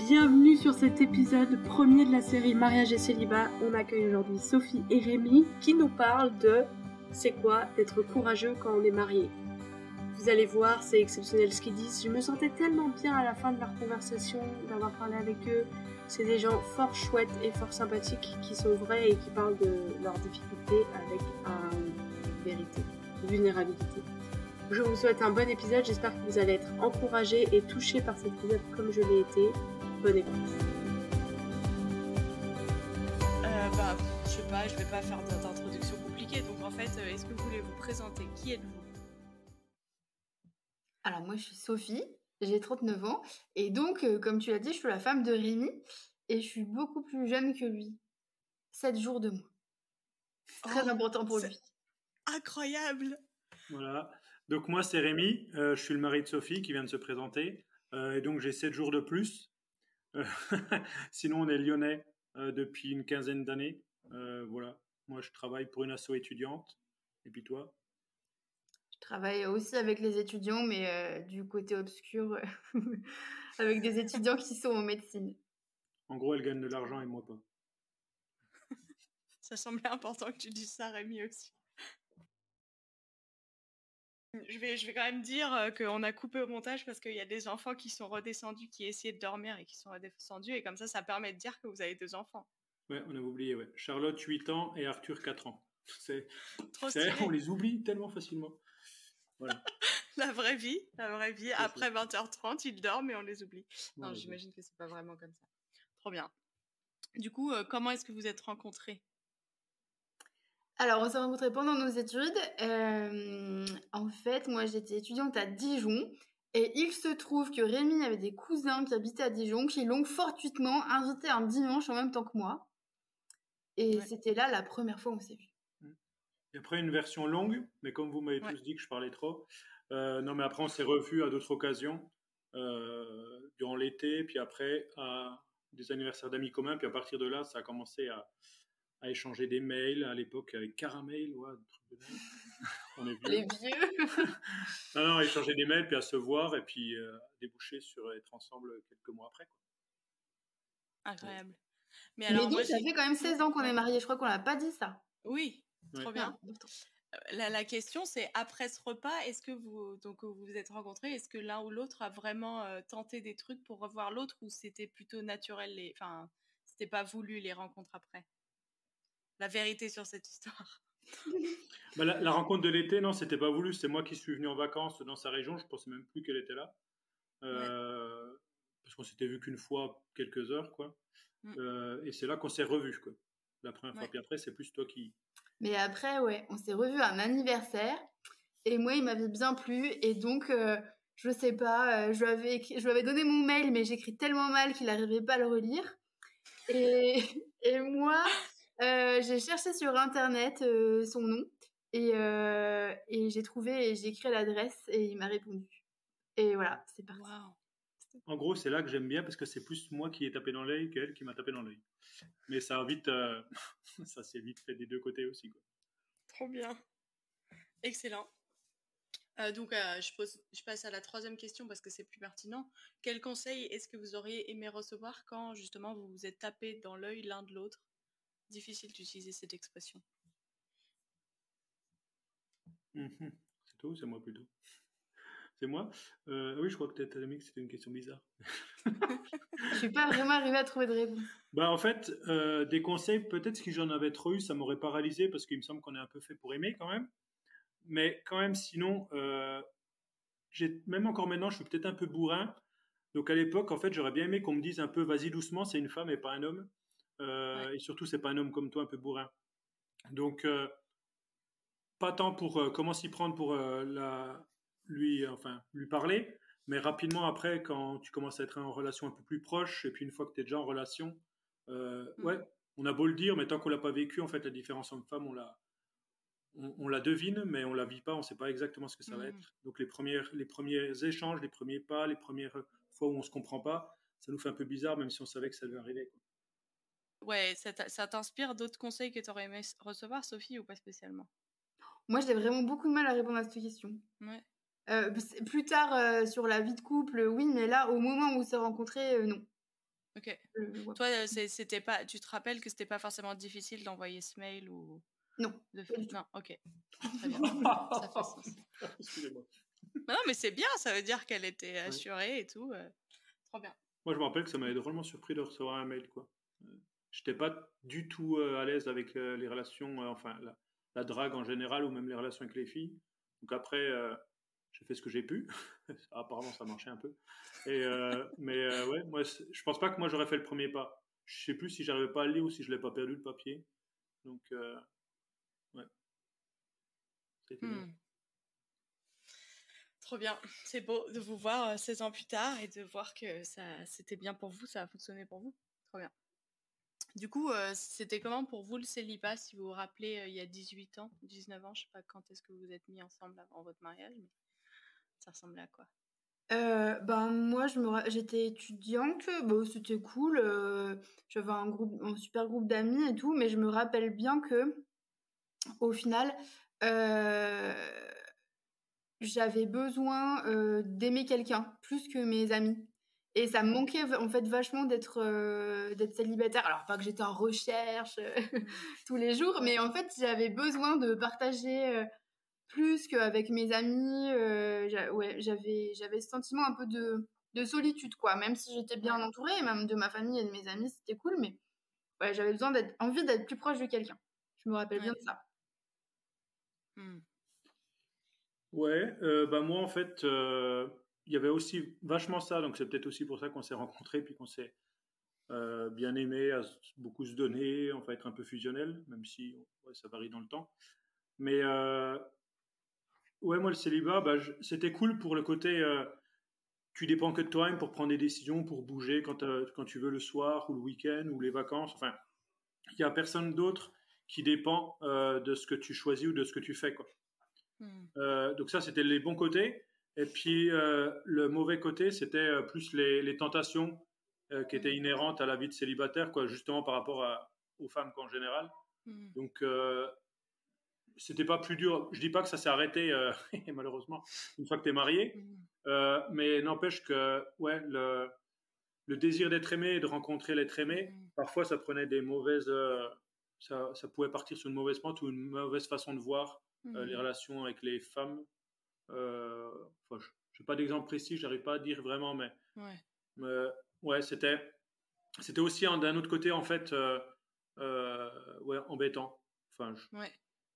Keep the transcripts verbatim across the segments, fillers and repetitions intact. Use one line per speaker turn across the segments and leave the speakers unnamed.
Bienvenue sur cet épisode premier de la série Mariage et célibat. On accueille aujourd'hui Sophie et Rémi qui nous parlent de c'est quoi d'être courageux quand on est marié. Vous allez voir, c'est exceptionnel ce qu'ils disent. Je me sentais tellement bien à la fin de leur conversation, d'avoir parlé avec eux. C'est des gens fort chouettes et fort sympathiques qui sont vrais et qui parlent de leurs difficultés avec une vérité, une vulnérabilité. Je vous souhaite un bon épisode, j'espère que vous allez être encouragés et touchés par cet épisode comme je l'ai été. Bonne écoute.
Euh, bah, je sais pas, je vais pas faire d'introduction compliquée, donc en fait, euh, est-ce que vous voulez vous présenter? Qui êtes-vous?
Alors moi je suis Sophie, j'ai trente-neuf ans, et donc euh, comme tu l'as dit, je suis la femme de Rémi, et je suis beaucoup plus jeune que lui. sept jours de moins. C'est
Oh,
très important pour lui.
Incroyable!
Voilà. Donc moi c'est Rémi, euh, je suis le mari de Sophie qui vient de se présenter, euh, et donc j'ai sept jours de plus. Euh, Sinon on est lyonnais euh, depuis une quinzaine d'années. Euh, voilà. Moi je travaille pour une asso étudiante. Et puis toi?
Je travaille aussi avec les étudiants, mais euh, du côté obscur, avec des étudiants qui sont en médecine.
En gros elle gagne de l'argent et moi pas.
Ça semblait important que tu dises ça, Rémi, aussi. Je vais, je vais quand même dire euh, qu'on a coupé au montage parce qu'il y a des enfants qui sont redescendus, qui essayaient de dormir et qui sont redescendus, et comme ça, ça permet de dire que vous avez deux enfants.
Ouais, on avait oublié, ouais. Charlotte huit ans et Arthur quatre ans. C'est,
Trop
c'est,
stylé.
on les oublie tellement facilement. Voilà.
La vraie vie, la vraie vie.
C'est
Après
ça.
vingt heures trente, ils dorment et on les oublie. Non,
Ouais,
j'imagine que c'est pas vraiment comme ça. Trop bien. Du coup, euh, comment est-ce que vous êtes rencontrés?
Alors on s'est rencontrés pendant nos études. Euh, en fait, moi j'étais étudiante à Dijon, et il se trouve que Rémi avait des cousins qui habitaient à Dijon, qui l'ont fortuitement invité un dimanche en même temps que moi. Et
Ouais.
c'était là la première fois où on s'est vus.
Et après une version longue, mais comme vous m'avez
Ouais.
tous dit que je parlais trop, euh, non mais après on s'est revus à d'autres occasions, euh, durant l'été, puis après à des anniversaires d'amis communs, puis à partir de là ça a commencé à, à échanger des mails, à l'époque avec Caramel, ouais, des trucs de dingue. On est vieux.
Les vieux.
Non, non, à échanger des mails, puis à se voir, et puis euh, à déboucher sur être ensemble quelques mois après, quoi.
Incroyable. Mais
Mais
alors,
donc,
moi,
ça
j'ai...
fait quand même seize ans qu'on
Ouais.
est mariés. Je crois qu'on l'a pas dit ça.
Oui,
Ouais.
trop bien.
Ah,
Euh, La, la question, c'est après ce repas, est-ce que vous donc vous vous êtes rencontrés, est-ce que l'un ou l'autre a vraiment euh, tenté des trucs pour revoir l'autre, ou c'était plutôt naturel, les... enfin, c'était pas voulu les rencontres après? La vérité sur cette histoire.
Bah, la, la rencontre de l'été, non, c'était pas voulu. C'est moi qui suis venu en vacances dans sa région. Je pensais même plus qu'elle était là. Euh, Parce qu'on s'était vu qu'une fois, quelques heures, quoi.
Mm.
Euh, et c'est là qu'on s'est revus, quoi. La première
Ouais.
fois. Puis après, c'est plus toi qui.
Mais après, ouais, on s'est revus à un anniversaire. Et moi, il m'avait bien plu. Et donc, euh, je sais pas, euh, je, lui avais écrit- je lui avais donné mon mail, mais j'écris tellement mal qu'il n'arrivait pas à le relire. Et, et moi, euh, j'ai cherché sur Internet euh, son nom. Et, euh, et j'ai trouvé, et j'ai écrit l'adresse, et il m'a répondu. Et voilà, c'est parti.
Waouh.
En gros, c'est là que j'aime bien parce que c'est plus moi qui ai tapé dans l'œil qu'elle qui m'a tapé dans l'œil. Mais ça a vite, euh, ça s'est vite fait des deux côtés aussi, quoi.
Trop bien. Excellent. Euh, donc, euh, je, pose, je passe à la troisième question parce que c'est plus pertinent. Quel conseil est-ce que vous auriez aimé recevoir quand justement vous vous êtes tapé dans l'œil l'un de l'autre? Difficile d'utiliser cette expression.
Mhm. C'est toi ou c'est moi plutôt? C'est moi. Euh, oui, je crois que t'as aimé que c'était une question bizarre.
Je suis pas vraiment arrivée à trouver de réponse.
Bah en fait, euh, des conseils, peut-être si j'en avais trop eu, ça m'aurait paralysé parce qu'il me semble qu'on est un peu fait pour aimer quand même. Mais quand même, sinon, euh, j'ai, même encore maintenant, je suis peut-être un peu bourrin. Donc à l'époque, en fait, j'aurais bien aimé qu'on me dise un peu, vas-y doucement, c'est une femme et pas un homme. Euh,
Ouais.
Et surtout, c'est pas un homme comme toi, un peu bourrin. Donc, euh, pas tant pour euh, comment s'y prendre pour euh, la, lui, enfin, lui parler, mais rapidement après, quand tu commences à être en relation un peu plus proche, et puis une fois que tu es déjà en relation, euh,
Mm.
ouais, on a beau le dire, mais tant qu'on l'a pas vécu, en fait, la différence homme-femme, on la, on, on la devine, mais on la vit pas, on sait pas exactement ce que ça va
Mm.
être. Donc les premières, les premiers échanges, les premiers pas, les premières fois où on se comprend pas, ça nous fait un peu bizarre, même si on savait que ça devait arriver, quoi.
Ouais, ça, t'a- ça t'inspire d'autres conseils que tu aurais aimé s- recevoir, Sophie, ou pas spécialement?
Moi, j'ai vraiment beaucoup de mal à répondre à cette question.
Ouais.
Euh, c'est- plus tard, euh, sur la vie de couple, oui, mais là, au moment où on s'est rencontrés, euh, non.
Ok.
Le- ouais.
Toi, euh, c'est- c'était pas, tu te rappelles que c'était pas forcément difficile d'envoyer ce mail ou
Non,
de
pas du tout.
Non, ok. Très bien. Ça fait sens.
Excusez-moi.
Non, mais c'est bien, ça veut dire qu'elle était
Ouais.
assurée et tout. euh, Trop bien.
Moi, je me rappelle que ça m'avait drôlement surpris de recevoir un mail, quoi. Euh, J'étais pas du tout euh, à l'aise avec euh, les relations, euh, enfin, la, la drague en général, ou même les relations avec les filles. Donc après, euh, j'ai fait ce que j'ai pu. Apparemment, ça marchait un peu. Et, euh, mais euh, ouais, moi, c'est- je pense pas que moi j'aurais fait le premier pas. Je sais plus si j'arrivais pas à le lire ou si je l'ai pas perdu le papier. Donc, euh, ouais, ça a été bien.
Hmm. Trop bien. C'est beau de vous voir euh, seize ans plus tard et de voir que ça, c'était bien pour vous, ça a fonctionné pour vous. Trop bien. Du coup, euh, c'était comment pour vous le célibat, si vous vous rappelez, euh, il y a dix-huit ans, dix-neuf ans, je sais pas quand est-ce que vous vous êtes mis ensemble avant votre mariage, mais ça ressemblait à quoi?
Euh, ben moi je me ra- j'étais étudiante, bon c'était cool, euh, j'avais un groupe, un super groupe d'amis et tout, mais je me rappelle bien que au final euh, j'avais besoin euh, d'aimer quelqu'un plus que mes amis. Et ça me manquait en fait vachement d'être euh, d'être célibataire. Alors pas que j'étais en recherche euh,
Hmm.
tous les jours, mais en fait j'avais besoin de partager euh, plus qu'avec mes amis. euh, j'a- ouais, j'avais j'avais ce sentiment un peu de, de solitude quoi. Même si j'étais bien
Ouais.
entourée, même de ma famille et de mes amis, c'était cool, mais ouais, j'avais besoin d'être envie d'être plus proche de quelqu'un. Je me rappelle bien
Ouais.
de ça.
Hmm.
Ouais, euh, bah moi en fait, euh, il y avait aussi vachement ça, donc c'est peut-être aussi pour ça qu'on s'est rencontrés, puis qu'on s'est euh, bien aimé, à s- beaucoup se donner, enfin être un peu fusionnel, même si ouais, ça varie dans le temps. Mais euh, ouais, moi le célibat, bah, je- c'était cool pour le côté, euh, tu dépends que de toi-même pour prendre des décisions, pour bouger quand, euh, quand tu veux le soir ou le week-end ou les vacances. Enfin, il y a personne d'autre qui dépend euh, de ce que tu choisis ou de ce que tu fais, quoi.
Hmm.
Euh, donc ça, c'était les bons côtés. Et puis euh, le mauvais côté, c'était euh, plus les, les tentations euh, qui étaient
Hmm.
inhérentes à la vie de célibataire, quoi, justement par rapport à- aux femmes qu'en général.
Hmm.
Donc euh, c'était pas plus dur. Je dis pas que ça s'est arrêté euh, malheureusement une fois que tu es marié,
Hmm.
euh, mais n'empêche que ouais, le, le désir d'être aimé et de rencontrer l'être aimé,
Hmm.
parfois ça prenait des mauvaises, euh, ça, ça pouvait partir sur une mauvaise pente ou une mauvaise façon de voir euh, les
Hmm.
relations avec les femmes. Euh, enfin, je n'ai pas d'exemple précis, j'arrive pas à dire vraiment, mais,
Ouais.
mais ouais, c'était, c'était aussi un- d'un autre côté en fait, euh, euh, ouais, embêtant. Enfin, je,
Ouais.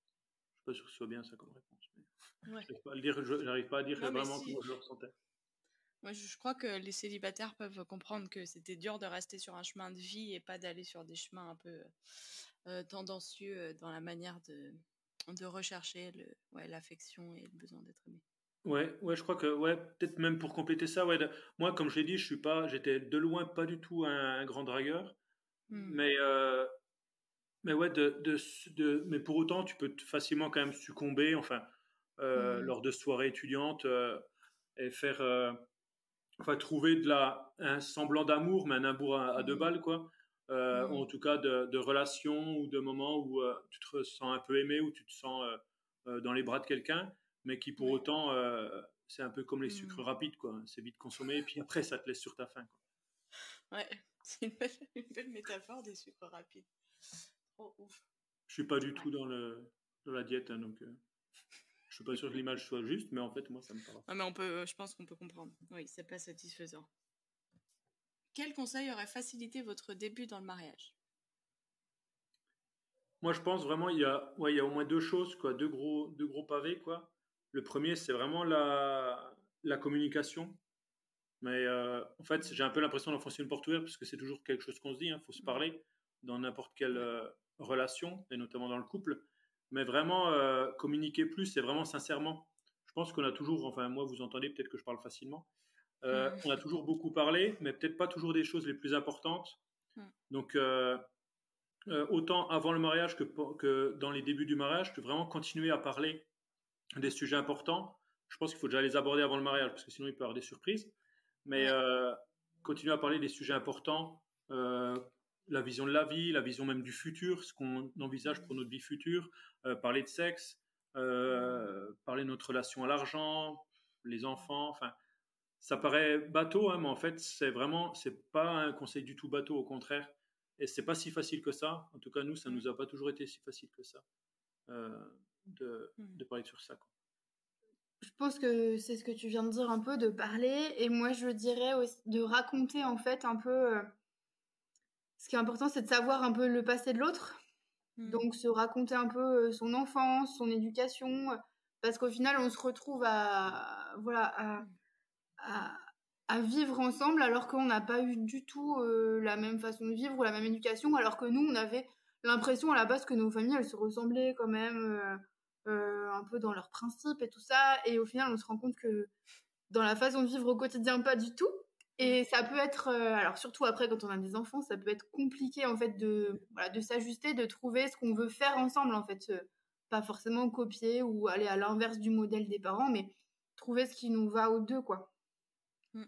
je suis pas sûr que ce soit bien ça comme réponse, mais
Ouais.
j'arrive pas à le dire, je- j'arrive pas à dire
Non, mais
vraiment
si.
comment je le ressentais.
Moi, je je crois que les célibataires peuvent comprendre que c'était dur de rester sur un chemin de vie et pas d'aller sur des chemins un peu euh, tendancieux euh, dans la manière de, de rechercher le, ouais, l'affection et le besoin d'être aimé.
Ouais, ouais, je crois que ouais, peut-être même pour compléter ça, ouais, de- moi comme je l'ai dit, je suis pas, j'étais de loin pas du tout un, un grand dragueur,
Hmm.
mais euh, mais ouais, de, de, de- mais pour autant, tu peux t- facilement quand même succomber, enfin, euh,
Hmm.
lors de soirées étudiantes euh, et faire, euh, enfin, trouver de la, un semblant d'amour, mais un amour à, à deux
Hmm.
balles, quoi. Euh, ou
Hmm.
en tout cas de, de relations ou de moments où euh, tu te sens un peu aimé, où tu te sens euh, euh, dans les bras de quelqu'un, mais qui pour
Ouais.
autant, euh, c'est un peu comme les
Hmm.
sucres rapides, quoi. C'est vite consommé, et puis après, ça te laisse sur ta faim, quoi.
Ouais, c'est une belle, une belle métaphore des sucres rapides. Trop ouf.
Je suis pas du
Ouais.
tout dans, le, dans la diète, hein, donc euh, je suis pas sûr que l'image soit juste, mais en fait, moi, ça me parle.
Non, mais on peut, je pense qu'on peut comprendre. Oui, c'est pas satisfaisant. Quel conseil aurait facilité votre début dans le mariage?
Moi, je pense vraiment il y a, ouais, il y a au moins deux choses, quoi, deux gros, deux gros pavés, quoi. Le premier, c'est vraiment la, la communication. Mais euh, en fait, j'ai un peu l'impression d'enfoncer une porte ouverte parce que c'est toujours quelque chose qu'on se dit. Il faut se
Hmm.
parler dans n'importe quelle
Ouais.
euh, relation et notamment dans le couple. Mais vraiment euh, communiquer plus, c'est vraiment sincèrement. Je pense qu'on a toujours, enfin moi, vous entendez peut-être que je parle facilement. Euh,
Hmm.
on a toujours beaucoup parlé, mais peut-être pas toujours des choses les plus importantes.
Hmm.
Donc euh, euh, autant avant le mariage que, que dans les débuts du mariage, que vraiment continuer à parler des sujets importants. Je pense qu'il faut déjà les aborder avant le mariage, parce que sinon il peut y avoir des surprises. Mais
Ouais.
euh, continuer à parler des sujets importants, euh, la vision de la vie, la vision même du futur, ce qu'on envisage pour notre vie future, euh, parler de sexe, euh, parler de notre relation à l'argent, les enfants, enfin, ça paraît bateau, hein, mais en fait, c'est vraiment, c'est pas un conseil du tout bateau, au contraire. Et c'est pas si facile que ça. En tout cas, nous, ça
Mm.
nous a pas toujours été si facile que ça euh, de,
Mm.
de parler sur ça, quoi.
Je pense que c'est ce que tu viens de dire un peu, de parler. Et moi, je dirais aussi de raconter, en fait, un peu... euh, ce qui est important, c'est de savoir un peu le passé de l'autre.
Mm.
Donc, se raconter un peu euh, son enfance, son éducation. euh, Parce qu'au final, on se retrouve à... Voilà, à, à, à vivre ensemble alors qu'on n'a pas eu du tout euh, la même façon de vivre ou la même éducation. Alors que nous, on avait l'impression à la base que nos familles, elles se ressemblaient quand même... euh, euh, un peu dans leurs principes et tout ça. Et au final, on se rend compte que dans la façon de vivre au quotidien, pas du tout. Et ça peut être, euh, alors surtout après quand on a des enfants, ça peut être compliqué en fait de, voilà, de s'ajuster, de trouver ce qu'on veut faire ensemble en fait. Euh, pas forcément copier ou aller à l'inverse du modèle des parents, mais trouver ce qui nous va aux deux, quoi.
Mm.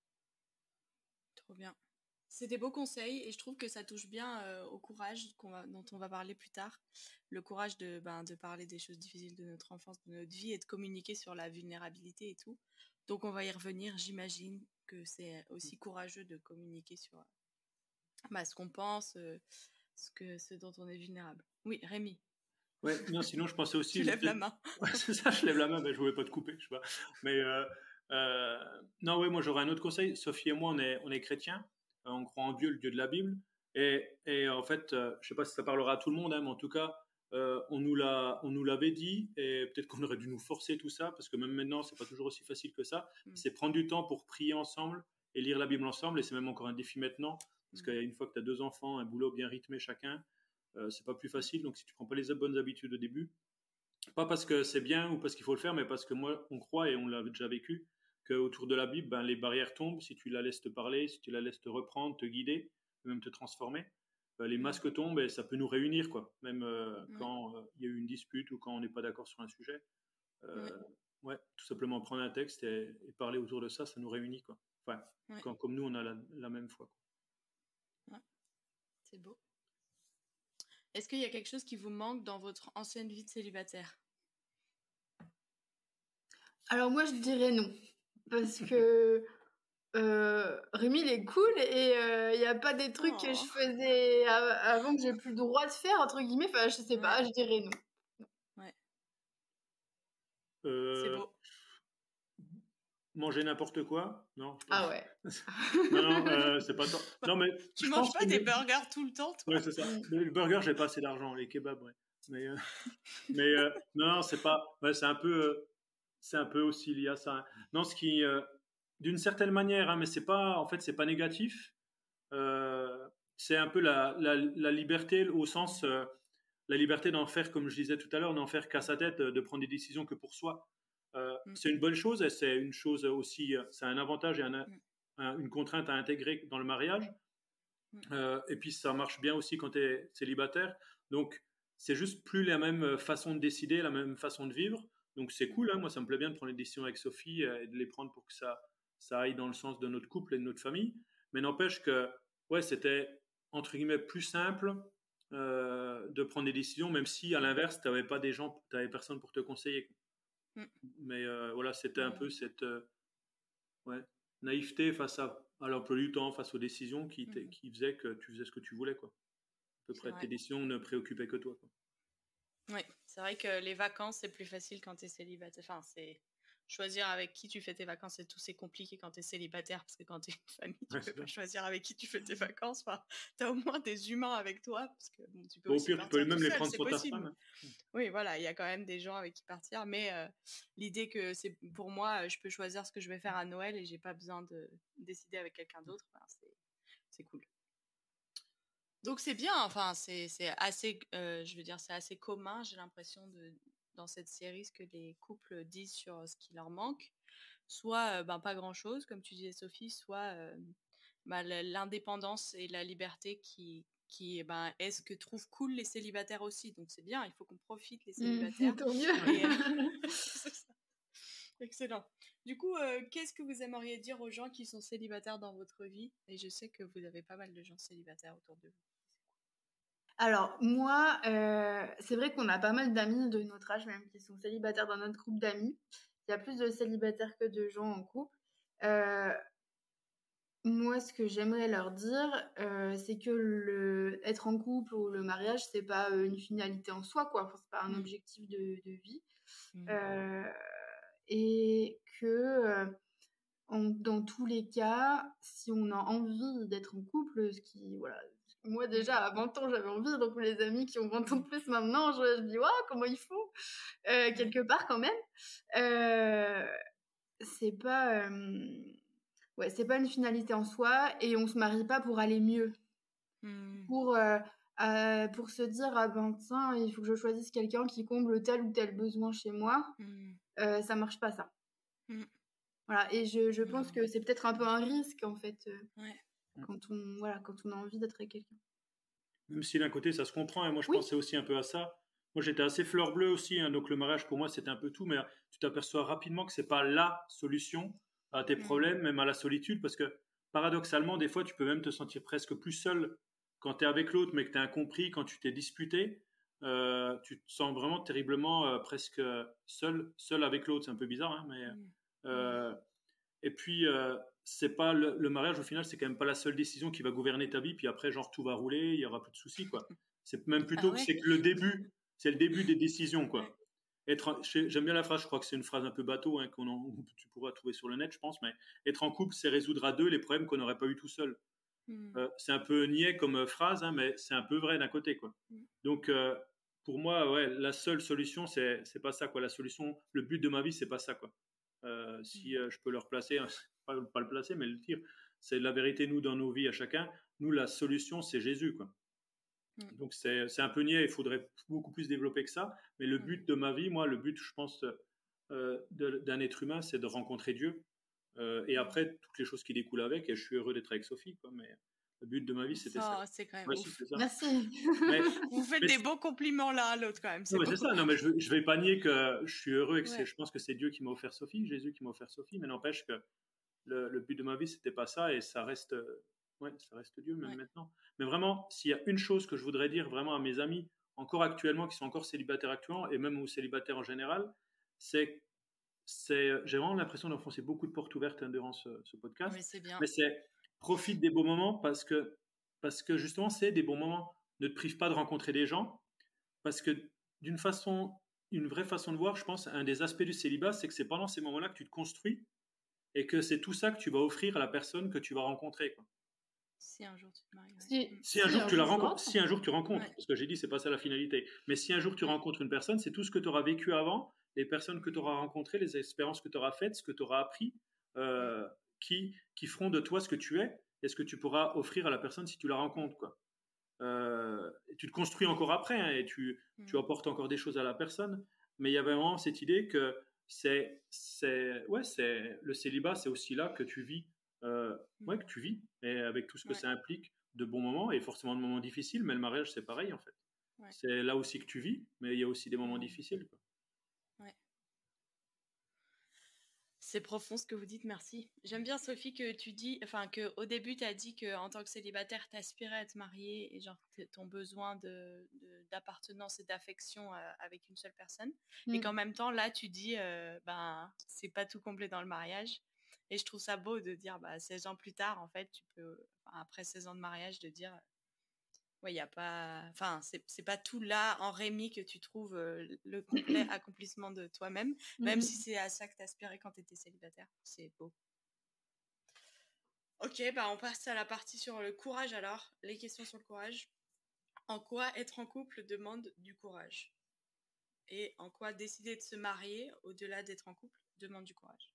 Trop bien. C'est des beaux conseils et je trouve que ça touche bien euh, au courage qu'on va, dont on va parler plus tard. Le courage de, ben, de parler des choses difficiles de notre enfance, de notre vie et de communiquer sur la vulnérabilité et tout. Donc on va y revenir. J'imagine que c'est aussi courageux de communiquer sur bah, ce qu'on pense, euh, ce, que, ce dont on est vulnérable. Oui, Rémi.
Ouais, non, sinon je pensais aussi.
Tu lèves la main.
Ouais, c'est ça, je lève la main, mais je voulais pas te couper, je sais pas. Mais euh, euh, non, ouais, moi j'aurais un autre conseil. Sophie et moi, on est, on est chrétiens, euh, on croit en Dieu, le Dieu de la Bible. Et, et en fait, euh, je sais pas si ça parlera à tout le monde, hein, mais en tout cas, euh, on nous l'a, on nous l'avait dit, et peut-être qu'on aurait dû nous forcer tout ça, parce que même maintenant, c'est pas toujours aussi facile que ça.
Mm.
C'est prendre du temps pour prier ensemble et lire la Bible ensemble, et c'est même encore un défi maintenant, parce
Mm.
qu'une fois que tu as deux enfants, un boulot bien rythmé chacun, euh, c'est pas plus facile. Donc si tu prends pas les bonnes habitudes au début, pas parce que c'est bien ou parce qu'il faut le faire, mais parce que moi, on croit, et on l'a déjà vécu, qu'autour de la Bible, ben, les barrières tombent si tu la laisses te parler, si tu la laisses te reprendre, te guider, même te transformer. Ben, les masques tombent et ça peut nous réunir, quoi. Même euh,
Ouais.
quand il euh, y a eu une dispute ou quand on n'est pas d'accord sur un sujet. Euh,
Ouais.
ouais, tout simplement prendre un texte et, et parler autour de ça, ça nous réunit, quoi. Enfin,
Ouais.
quand, comme nous, on a la, la même foi, quoi.
Ouais. C'est beau. Est-ce qu'il y a quelque chose qui vous manque dans votre ancienne vie de célibataire?
Alors moi, je dirais non. Parce que euh, Rémi, il est cool et il euh, n'y a pas des trucs
Oh.
que je faisais av- avant que j'ai plus le droit de faire, entre guillemets. Enfin, je sais
Ouais.
pas, je dirais non.
Ouais.
Euh,
C'est beau.
Manger n'importe quoi? Non.
Ah ouais.
Non, non, euh, c'est pas tant. Non, mais
Tu
je
manges
pense
pas
que
des
le-
burgers tout le temps, toi?
Ouais, c'est ça. Le, le burger, j'ai pas assez d'argent. Les kebabs, ouais. Mais, euh, mais euh, non, non, c'est pas. Ouais, c'est un peu, euh, c'est un peu aussi lié à ça, hein. Non, ce qui, euh, d'une certaine manière, hein, mais c'est pas, en fait, c'est pas négatif. Euh, c'est un peu la, la, la liberté au sens, euh, la liberté d'en faire, comme je disais tout à l'heure, d'en faire qu'à sa tête, euh, de prendre des décisions que pour soi. Euh,
Mm.
C'est une bonne chose et c'est une chose aussi, euh, c'est un avantage et un,
Mm.
un, une contrainte à intégrer dans le mariage.
Mm.
Euh, et puis ça marche bien aussi quand tu es célibataire. Donc c'est juste plus la même façon de décider, la même façon de vivre. Donc c'est cool, hein. Moi ça me plaît bien de prendre les décisions avec Sophie euh, et de les prendre pour que ça, ça aille dans le sens de notre couple et de notre famille. Mais n'empêche que ouais, c'était entre guillemets plus simple euh, de prendre des décisions, même si à l'inverse, tu n'avais pas des gens, tu n'avais personne pour te conseiller.
Mm.
Mais euh, voilà, c'était un
Mm.
peu cette euh, ouais, naïveté face à, à l'emploi du temps, face aux décisions qui,
Mm.
qui faisait que tu faisais ce que tu voulais, quoi. À peu
C'est
près,
vrai.
tes décisions ne préoccupaient que toi, quoi.
Oui, c'est vrai que les vacances, c'est plus facile quand tu es célibataire. Enfin, c'est choisir avec qui tu fais tes vacances et tout, c'est compliqué quand tu es célibataire parce que quand tu es une famille, tu
Ouais,
peux
c'est
pas
ça.
choisir avec qui tu fais tes vacances. Enfin, tu as au moins des humains avec toi parce que bon, tu peux
Bon, au
aussi
pire, tu peux
partir
même
tout
les
seul,
prendre
c'est
sur ta
possible.
femme, hein.
Oui, voilà, il y a quand même des gens avec qui partir, mais euh, l'idée que c'est pour moi, euh, je peux choisir ce que je vais faire à Noël et j'ai pas besoin de décider avec quelqu'un d'autre, ben, c'est c'est cool. Donc c'est bien, enfin c'est c'est assez, euh, je veux dire c'est assez commun, j'ai l'impression de dans cette série ce que les couples disent sur ce qui leur manque, soit euh, ben pas grand chose comme tu disais Sophie, soit euh, ben, la- l'indépendance et la liberté qui qui ben est ce que trouvent cool les célibataires aussi, donc c'est bien, il faut qu'on profite les célibataires.
Mmh, tant mieux.
Et, euh, c'est ça. Excellent. Du coup, euh, qu'est-ce que vous aimeriez dire aux gens qui sont célibataires dans votre vie? Et je sais que vous avez pas mal de gens célibataires autour de vous.
Alors, moi, euh, c'est vrai qu'on a pas mal d'amis de notre âge même qui sont célibataires dans notre groupe d'amis. Il y a plus de célibataires que de gens en couple. Euh, moi, ce que j'aimerais leur dire, euh, c'est que le, être en couple ou le mariage, c'est pas euh, une finalité en soi, quoi. Enfin, c'est pas un
Mm.
objectif de, de vie.
Mm.
Euh, et que euh, en- dans tous les cas, si on a envie d'être en couple, ce qui, voilà, moi déjà à vingt ans j'avais envie, donc les amis qui ont vingt ans de plus maintenant, je, je me dis, waouh, comment ils font euh, quelque part quand même. Euh, c'est pas, euh, ouais, c'est pas une finalité en soi, et on se marie pas pour aller mieux,
Mm.
pour euh, euh, pour se dire, ah ben tiens, il faut que je choisisse quelqu'un qui comble tel ou tel besoin chez moi.
Mm.
Euh, ça marche pas, ça.
Mm.
Voilà, et je, je pense
Non.
que c'est peut-être un peu un risque en fait, euh,
Ouais.
quand on, voilà, quand on a envie d'être avec quelqu'un.
Même si d'un côté ça se comprend, et moi je
Oui.
pensais aussi un peu à ça. Moi j'étais assez fleur bleue aussi, hein, donc le mariage pour moi c'était un peu tout, mais tu t'aperçois rapidement que c'est pas la solution à tes
Mm.
problèmes, même à la solitude, parce que paradoxalement, des fois tu peux même te sentir presque plus seul quand tu es avec l'autre, mais que tu es incompris, quand tu t'es disputé, euh, tu te sens vraiment terriblement euh, presque seul, seul avec l'autre. C'est un peu bizarre, hein, mais
Mm.
euh, et puis euh, c'est pas le, le mariage au final, c'est quand même pas la seule décision qui va gouverner ta vie. Puis après, genre tout va rouler, il y aura plus de soucis, quoi. C'est même plutôt
Ah
que
ouais.
c'est que le début, c'est le début des décisions, quoi.
Ouais.
Être, j'aime bien la phrase, je crois que c'est une phrase un peu bateau, hein, qu'on en, tu pourras trouver sur le net, je pense, mais être en couple, c'est résoudre à deux les problèmes qu'on n'aurait pas eu tout seul.
Mm.
Euh, c'est un peu niais comme euh, phrase, hein, mais c'est un peu vrai d'un côté, quoi.
Mm.
Donc, euh, pour moi, ouais, la seule solution, c'est, c'est pas ça, quoi. La solution, le but de ma vie, c'est pas ça, quoi. Euh, si euh, je peux le replacer, hein, pas, pas le placer, mais le dire, c'est la vérité, nous, dans nos vies à chacun. Nous, la solution, c'est Jésus, quoi.
Mm.
Donc, c'est, c'est un peu niais, il faudrait beaucoup plus développer que ça. Mais le
Mm.
but de ma vie, moi, le but, je pense, euh, de, d'un être humain, c'est de rencontrer Dieu. Euh, et après, toutes les choses qui découlent avec, et je suis heureux d'être avec Sophie, quoi, mais le but de ma vie, c'était
Oh,
ça.
c'est quand même
Ouais,
ouf.
si, c'est ça.
Merci.
Mais,
Vous faites
mais
des
c'est-
bons compliments l'un à l'autre quand même. C'est
non, mais
beau.
c'est ça. Non, mais je, je vais pas nier que je suis heureux et que c'est,
Ouais.
je pense que c'est Dieu qui m'a offert Sophie, Jésus qui m'a offert Sophie, mais n'empêche que le, le but de ma vie, c'était pas ça, et ça reste, euh, ouais, ça reste Dieu même
Ouais.
maintenant. Mais vraiment, s'il y a une chose que je voudrais dire vraiment à mes amis, encore actuellement, qui sont encore célibataires actuellement, et même aux célibataires en général, c'est, c'est, j'ai vraiment l'impression d'enfoncer beaucoup de portes ouvertes, hein, durant ce, ce podcast,
Oui, c'est bien.
mais c'est profite des beaux moments parce que, parce que justement, c'est des bons moments. Ne te prive pas de rencontrer des gens, parce que d'une façon, une vraie façon de voir, je pense, un des aspects du célibat, c'est que c'est pendant ces moments-là que tu te construis et que c'est tout ça que tu vas offrir à la personne que tu vas rencontrer, quoi.
Si un jour tu te maries. Ouais.
Si,
Mm.
Si un jour tu la
je
rencontres,
rentre.
si un jour tu rencontres,
Ouais.
parce que j'ai dit c'est pas ça la finalité, mais si un jour tu
Ouais.
rencontres une personne, c'est tout ce que tu auras vécu avant, les personnes que tu auras rencontrées, les expériences que tu auras faites, ce que tu auras appris, euh, qui, qui feront de toi ce que tu es et ce que tu pourras offrir à la personne si tu la rencontres, quoi. Euh, et tu te construis encore après, hein, et tu,
Mm.
tu apportes encore des choses à la personne, mais il y avait vraiment cette idée que c'est, c'est, ouais, c'est le célibat, c'est aussi là que tu vis, euh, ouais, que tu vis, et avec tout ce que
Ouais.
ça implique de bons moments et forcément de moments difficiles, mais le mariage c'est pareil en fait.
Ouais.
C'est là aussi que tu vis, mais il y a aussi des moments
Mm.
difficiles, quoi.
C'est profond ce que vous dites, merci. J'aime bien, Sophie, que tu dis, enfin, que au début, tu as dit qu'en tant que célibataire, tu aspirais à te marier et genre t- ton besoin de, de- d'appartenance et d'affection euh, avec une seule personne.
Mm.
Et qu'en même temps, là, tu dis, euh, ben, c'est pas tout complet dans le mariage. Et je trouve ça beau de dire, bah, seize ans plus tard, en fait, tu peux, enfin, après seize ans de mariage, de dire, ouais, il y a pas, enfin, c'est, c'est pas tout là en Rémi que tu trouves euh, le complet accomplissement de toi-même, même
Mhm.
si c'est à ça que t'aspirais quand t'étais célibataire. C'est beau. Ok, bah on passe à la partie sur le courage alors. Les questions sur le courage. En quoi être en couple demande du courage? Et en quoi décider de se marier, au-delà d'être en couple, demande du courage?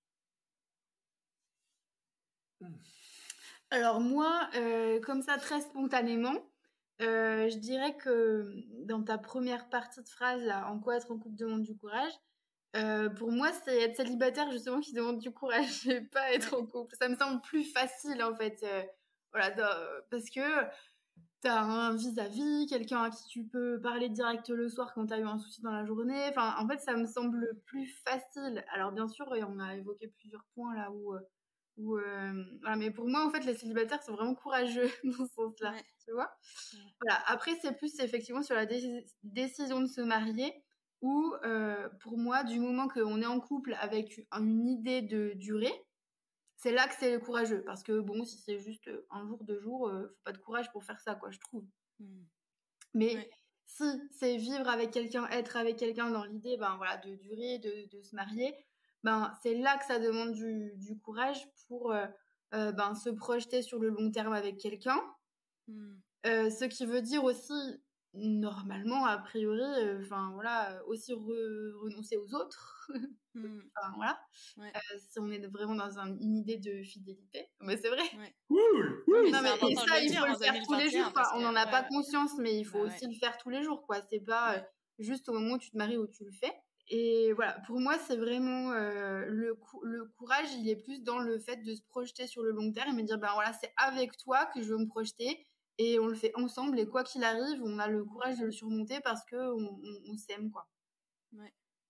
Alors moi, euh, comme ça, très spontanément, euh, je dirais que dans ta première partie de phrase, là, en quoi être en couple demande du courage, euh, pour moi, c'est être célibataire justement qui demande du courage et pas être
Ouais.
en couple. Ça me semble plus facile en fait. euh, voilà, dans- parce que t'as un vis-à-vis, quelqu'un à qui tu peux parler direct le soir quand t'as eu un souci dans la journée. Enfin, en fait, ça me semble plus facile. Alors bien sûr, et on a évoqué plusieurs points là où... euh, où, euh, voilà, mais pour moi, en fait, les célibataires sont vraiment courageux dans ce sens-là,
Ouais.
tu vois.
Ouais.
Voilà. Après, c'est plus effectivement sur la dé- décision de se marier, où euh, pour moi, du moment qu'on est en couple avec une idée de durée, c'est là que c'est courageux. Parce que bon, si c'est juste un jour, deux jours, euh, faut pas de courage pour faire ça, quoi, je trouve. Mmh. Mais ouais. Si c'est vivre avec quelqu'un, être avec quelqu'un dans l'idée, ben voilà, de durer, de, de se marier, ben c'est là que ça demande du, du courage pour euh, euh, ben se projeter sur le long terme avec quelqu'un. Mmh. Euh, ce qui veut dire aussi, normalement, a priori, enfin euh, voilà, aussi re- renoncer aux autres. Mmh. Enfin voilà. Ouais. Euh, si on est vraiment dans un, une idée de fidélité, mais c'est vrai. Ouais.
Cool.
Oui, non, mais, et ça, il faut le faire tous les jours. Enfin, on n'en a ouais, pas ouais. conscience, mais il faut bah, aussi ouais. le faire tous les jours, quoi. C'est pas ouais. euh, juste au moment où tu te maries où tu le fais. Et voilà, pour moi, c'est vraiment euh, le, cou- le courage, il est plus dans le fait de se projeter sur le long terme et me dire, ben voilà, c'est avec toi que je veux me projeter et on le fait ensemble. Et quoi qu'il arrive, on a le courage de le surmonter parce qu'on on, on s'aime, quoi.
Ouais.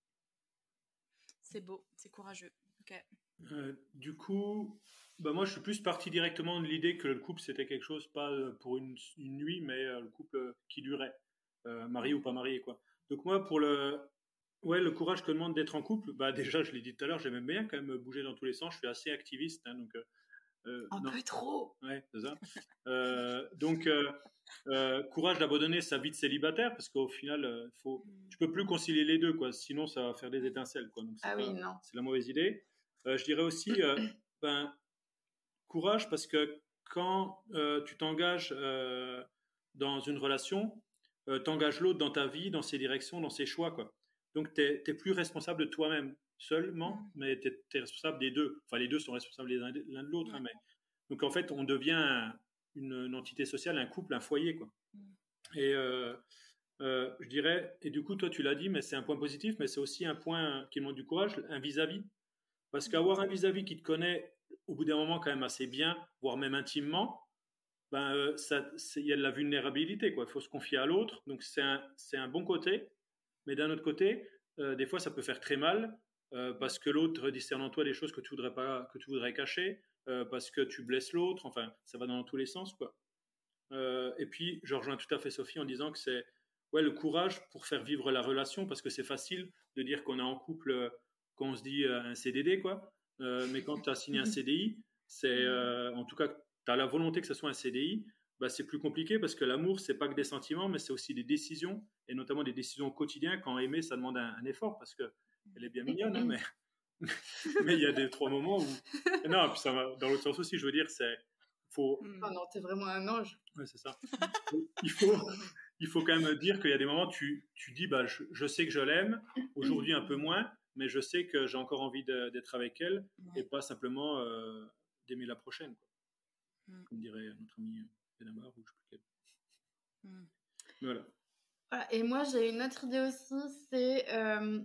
C'est beau, c'est courageux. Ok.
Euh, du coup, bah moi je suis plus parti directement de l'idée que le couple c'était quelque chose pas pour une, une nuit, mais euh, le couple qui durait, euh, marié ou pas marié, quoi. Donc moi pour le, ouais, le courage que demande d'être en couple, bah déjà je l'ai dit tout à l'heure, j'aime bien quand même bouger dans tous les sens, je suis assez activiste, hein, donc
euh, un non. peu trop.
Ouais, c'est ça. euh, donc euh, euh, courage d'abandonner sa vie de célibataire parce qu'au final, euh, faut, tu peux plus concilier les deux, quoi. Sinon ça va faire des étincelles, quoi. Donc c'est,
ah
pas,
oui, non.
c'est la mauvaise idée. Euh, je dirais aussi, euh, ben, courage parce que quand euh, tu t'engages euh, dans une relation, euh, t'engages l'autre dans ta vie, dans ses directions, dans ses choix, quoi. Donc t'es, t'es plus responsable de toi-même seulement, mmh. mais t'es, t'es responsable des deux. Enfin, les deux sont responsables l'un de, l'un de l'autre, mmh. hein, mais donc en fait, on devient une, une entité sociale, un couple, un foyer, quoi. Mmh. Et euh, euh, je dirais, et du coup, toi, tu l'as dit, mais c'est un point positif, mais c'est aussi un point qui demande du courage, un vis-à-vis. Parce qu'avoir un vis-à-vis qui te connaît au bout d'un moment quand même assez bien, voire même intimement, ben, euh, ça, il y a de la vulnérabilité, quoi. Il faut se confier à l'autre. Donc c'est un, c'est un bon côté. Mais d'un autre côté, euh, des fois, ça peut faire très mal euh, parce que l'autre discerne en toi des choses que tu voudrais pas, que tu voudrais cacher, euh, parce que tu blesses l'autre. Enfin, ça va dans tous les sens, quoi. Euh, et puis, je rejoins tout à fait Sophie en disant que c'est ouais, le courage pour faire vivre la relation, parce que c'est facile de dire qu'on est en couple quand on se dit euh, un C D D, quoi. Euh, mais quand tu as signé un C D I, c'est, euh, en tout cas, tu as la volonté que ce soit un C D I, bah, c'est plus compliqué parce que l'amour, c'est pas que des sentiments, mais c'est aussi des décisions, et notamment des décisions au quotidien. Quand aimer, ça demande un, un effort, parce qu'elle est bien mignonne, hein, mais mais il y a des trois moments où... Non, puis ça va dans l'autre sens aussi, je veux dire, c'est... Faut...
Oh non, t'es vraiment un ange.
Ouais, c'est ça. Il faut, il faut quand même dire qu'il y a des moments où tu, tu dis, bah, je, je sais que je l'aime, aujourd'hui un peu moins, mais je sais que j'ai encore envie de, d'être avec elle, ouais. Et pas simplement euh, d'aimer la prochaine, quoi. Mm. Comme dirait notre ami Benamar, ou je sais plus quel. Mm. Voilà.
Voilà. Et moi, j'ai une autre idée aussi, c'est... Euh,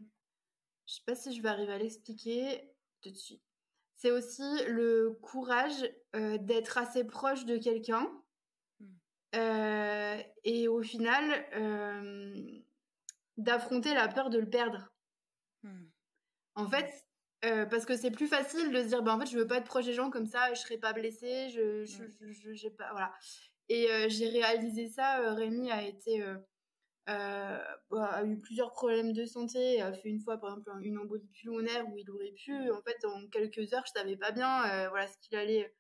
je sais pas si je vais arriver à l'expliquer tout de suite. C'est aussi le courage euh, d'être assez proche de quelqu'un mm. euh, et au final euh, d'affronter la peur de le perdre. Mm. En fait, euh, parce que c'est plus facile de se dire, bah, en fait, je veux pas être proche des gens comme ça, je serai pas blessée, je, je, mm. je, je j'ai pas, voilà. Et euh, j'ai réalisé ça. Euh, Rémi a été euh, Euh, bah, a eu plusieurs problèmes de santé, a fait une fois par exemple une embolie pulmonaire où il aurait pu, en fait en quelques heures je savais pas bien euh, voilà ce qu'il allait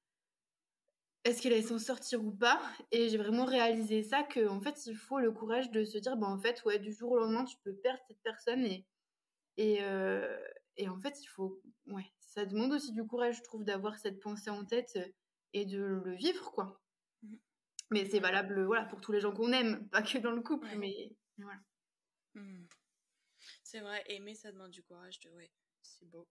est-ce qu'il allait s'en sortir ou pas, et j'ai vraiment réalisé ça, que en fait il faut le courage de se dire bah en fait ouais, du jour au lendemain tu peux perdre cette personne, et et, euh, et en fait il faut, ouais, ça demande aussi du courage, je trouve, d'avoir cette pensée en tête et de le vivre, quoi. Mais c'est valable, voilà, pour tous les gens qu'on aime, pas que dans le couple, ouais. mais, mais voilà.
Mmh. C'est vrai, aimer, ça demande du courage. De... Ouais, c'est beau.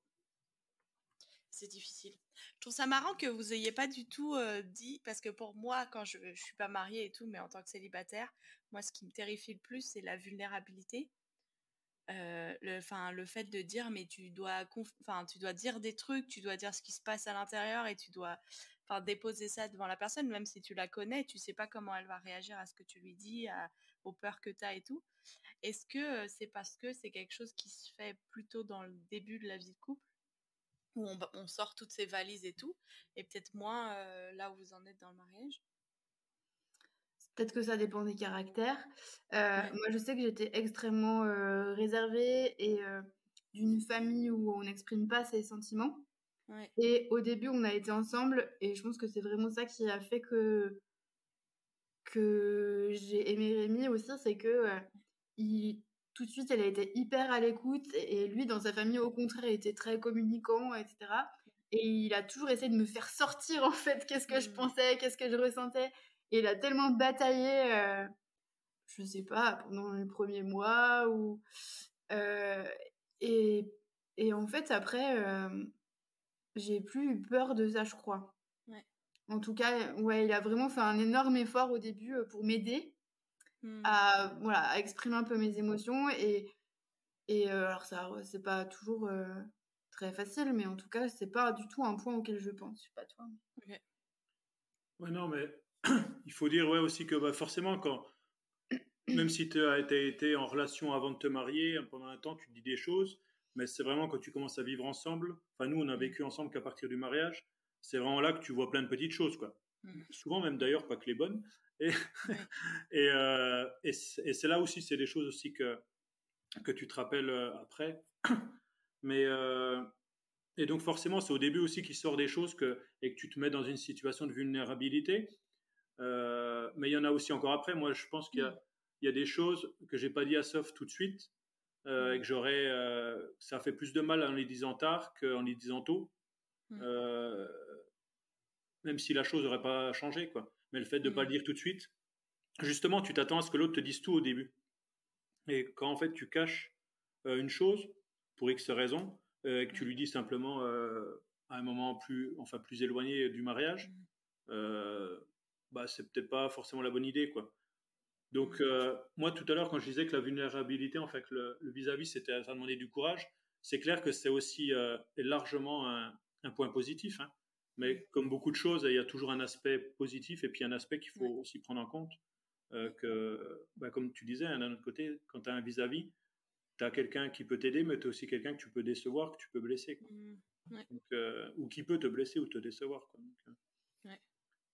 C'est difficile. Je trouve ça marrant que vous ayez pas du tout euh, dit, parce que pour moi, quand je, je suis pas mariée et tout, mais en tant que célibataire, moi, ce qui me terrifie le plus, c'est la vulnérabilité. Euh, le, fin, le fait de dire, mais tu dois, conf... tu dois dire des trucs, tu dois dire ce qui se passe à l'intérieur, et tu dois... Enfin, déposer ça devant la personne, même si tu la connais, tu sais pas comment elle va réagir à ce que tu lui dis, à, aux peurs que tu as et tout. Est-ce que euh, c'est parce que c'est quelque chose qui se fait plutôt dans le début de la vie de couple, où on, on sort toutes ses valises et tout, et peut-être moins euh, là où vous en êtes dans le mariage?
Peut-être que ça dépend des caractères. Euh, ouais. Moi, je sais que j'étais extrêmement euh, réservée et euh, d'une famille où on n'exprime pas ses sentiments.
Ouais.
Et au début, on a été ensemble et je pense que c'est vraiment ça qui a fait que, que j'ai aimé Rémi aussi, c'est que euh, il, tout de suite, elle a été hyper à l'écoute et lui, dans sa famille, au contraire, il était très communicant, et cetera. Et il a toujours essayé de me faire sortir, en fait, qu'est-ce que je
Mm.
pensais, qu'est-ce que je ressentais. Et il a tellement bataillé, euh, je sais pas, pendant les premiers mois. Ou, euh, et, et en fait, après, euh, j'ai plus eu peur de ça, je crois.
Ouais.
En tout cas, ouais, il a vraiment fait un énorme effort au début euh, pour m'aider
Mm.
à, voilà, à exprimer un peu mes émotions. Et, et euh, alors, ça, c'est pas toujours euh, très facile, mais en tout cas, c'est pas du tout un point auquel je pense. Je sais pas toi.
Ok.
Ouais, non, mais il faut dire ouais, aussi que bah, forcément, quand, même si tu as été, été en relation avant de te marier, pendant un temps, tu te dis des choses, mais c'est vraiment quand tu commences à vivre ensemble. Enfin, nous, on a vécu ensemble qu'à partir du mariage. C'est vraiment là que tu vois plein de petites choses, quoi.
Mm.
Souvent, même d'ailleurs, pas que les bonnes. Et,
Ouais.
et, euh, et c'est et c'est là aussi, c'est des choses aussi que, que tu te rappelles euh, après. Mais, euh, et donc, forcément, c'est au début aussi qu'il sort des choses que, et que tu te mets dans une situation de vulnérabilité. Euh, mais il y en a aussi encore après. Moi, je pense qu'il y a,
Mm.
il y a des choses que j'ai pas dit à Sof tout de suite euh, et que j'aurais. Euh, ça fait plus de mal en les disant tard qu'en les disant tôt.
Mm.
Euh, même si la chose n'aurait pas changé, quoi. Mais le fait de ne pas
Mm.
le dire tout de suite, justement, tu t'attends à ce que l'autre te dise tout au début. Et quand en fait tu caches euh, une chose pour X raisons euh, et que tu
Ouais.
lui dis simplement euh, à un moment plus, enfin plus éloigné du mariage,
Mm.
euh, bah c'est peut-être pas forcément la bonne idée, quoi. Donc,
Mm.
euh, moi, tout à l'heure, quand je disais que la vulnérabilité, en fait, que le, le vis-à-vis, c'était, ça demandait du courage, c'est clair que c'est aussi euh, largement un, un point positif. Hein.
Mm.
Mais comme beaucoup de choses, il y a toujours un aspect positif et puis un aspect qu'il faut
Ouais.
aussi prendre en compte. Euh, que, bah, comme tu disais, hein, d'un autre côté, quand tu as un vis-à-vis, tu as quelqu'un qui peut t'aider, mais tu as aussi quelqu'un que tu peux décevoir, que tu peux blesser. Quoi.
Mm. Ouais.
Donc, euh, ou qui peut te blesser ou te décevoir. Quoi. Donc, euh,
Ouais.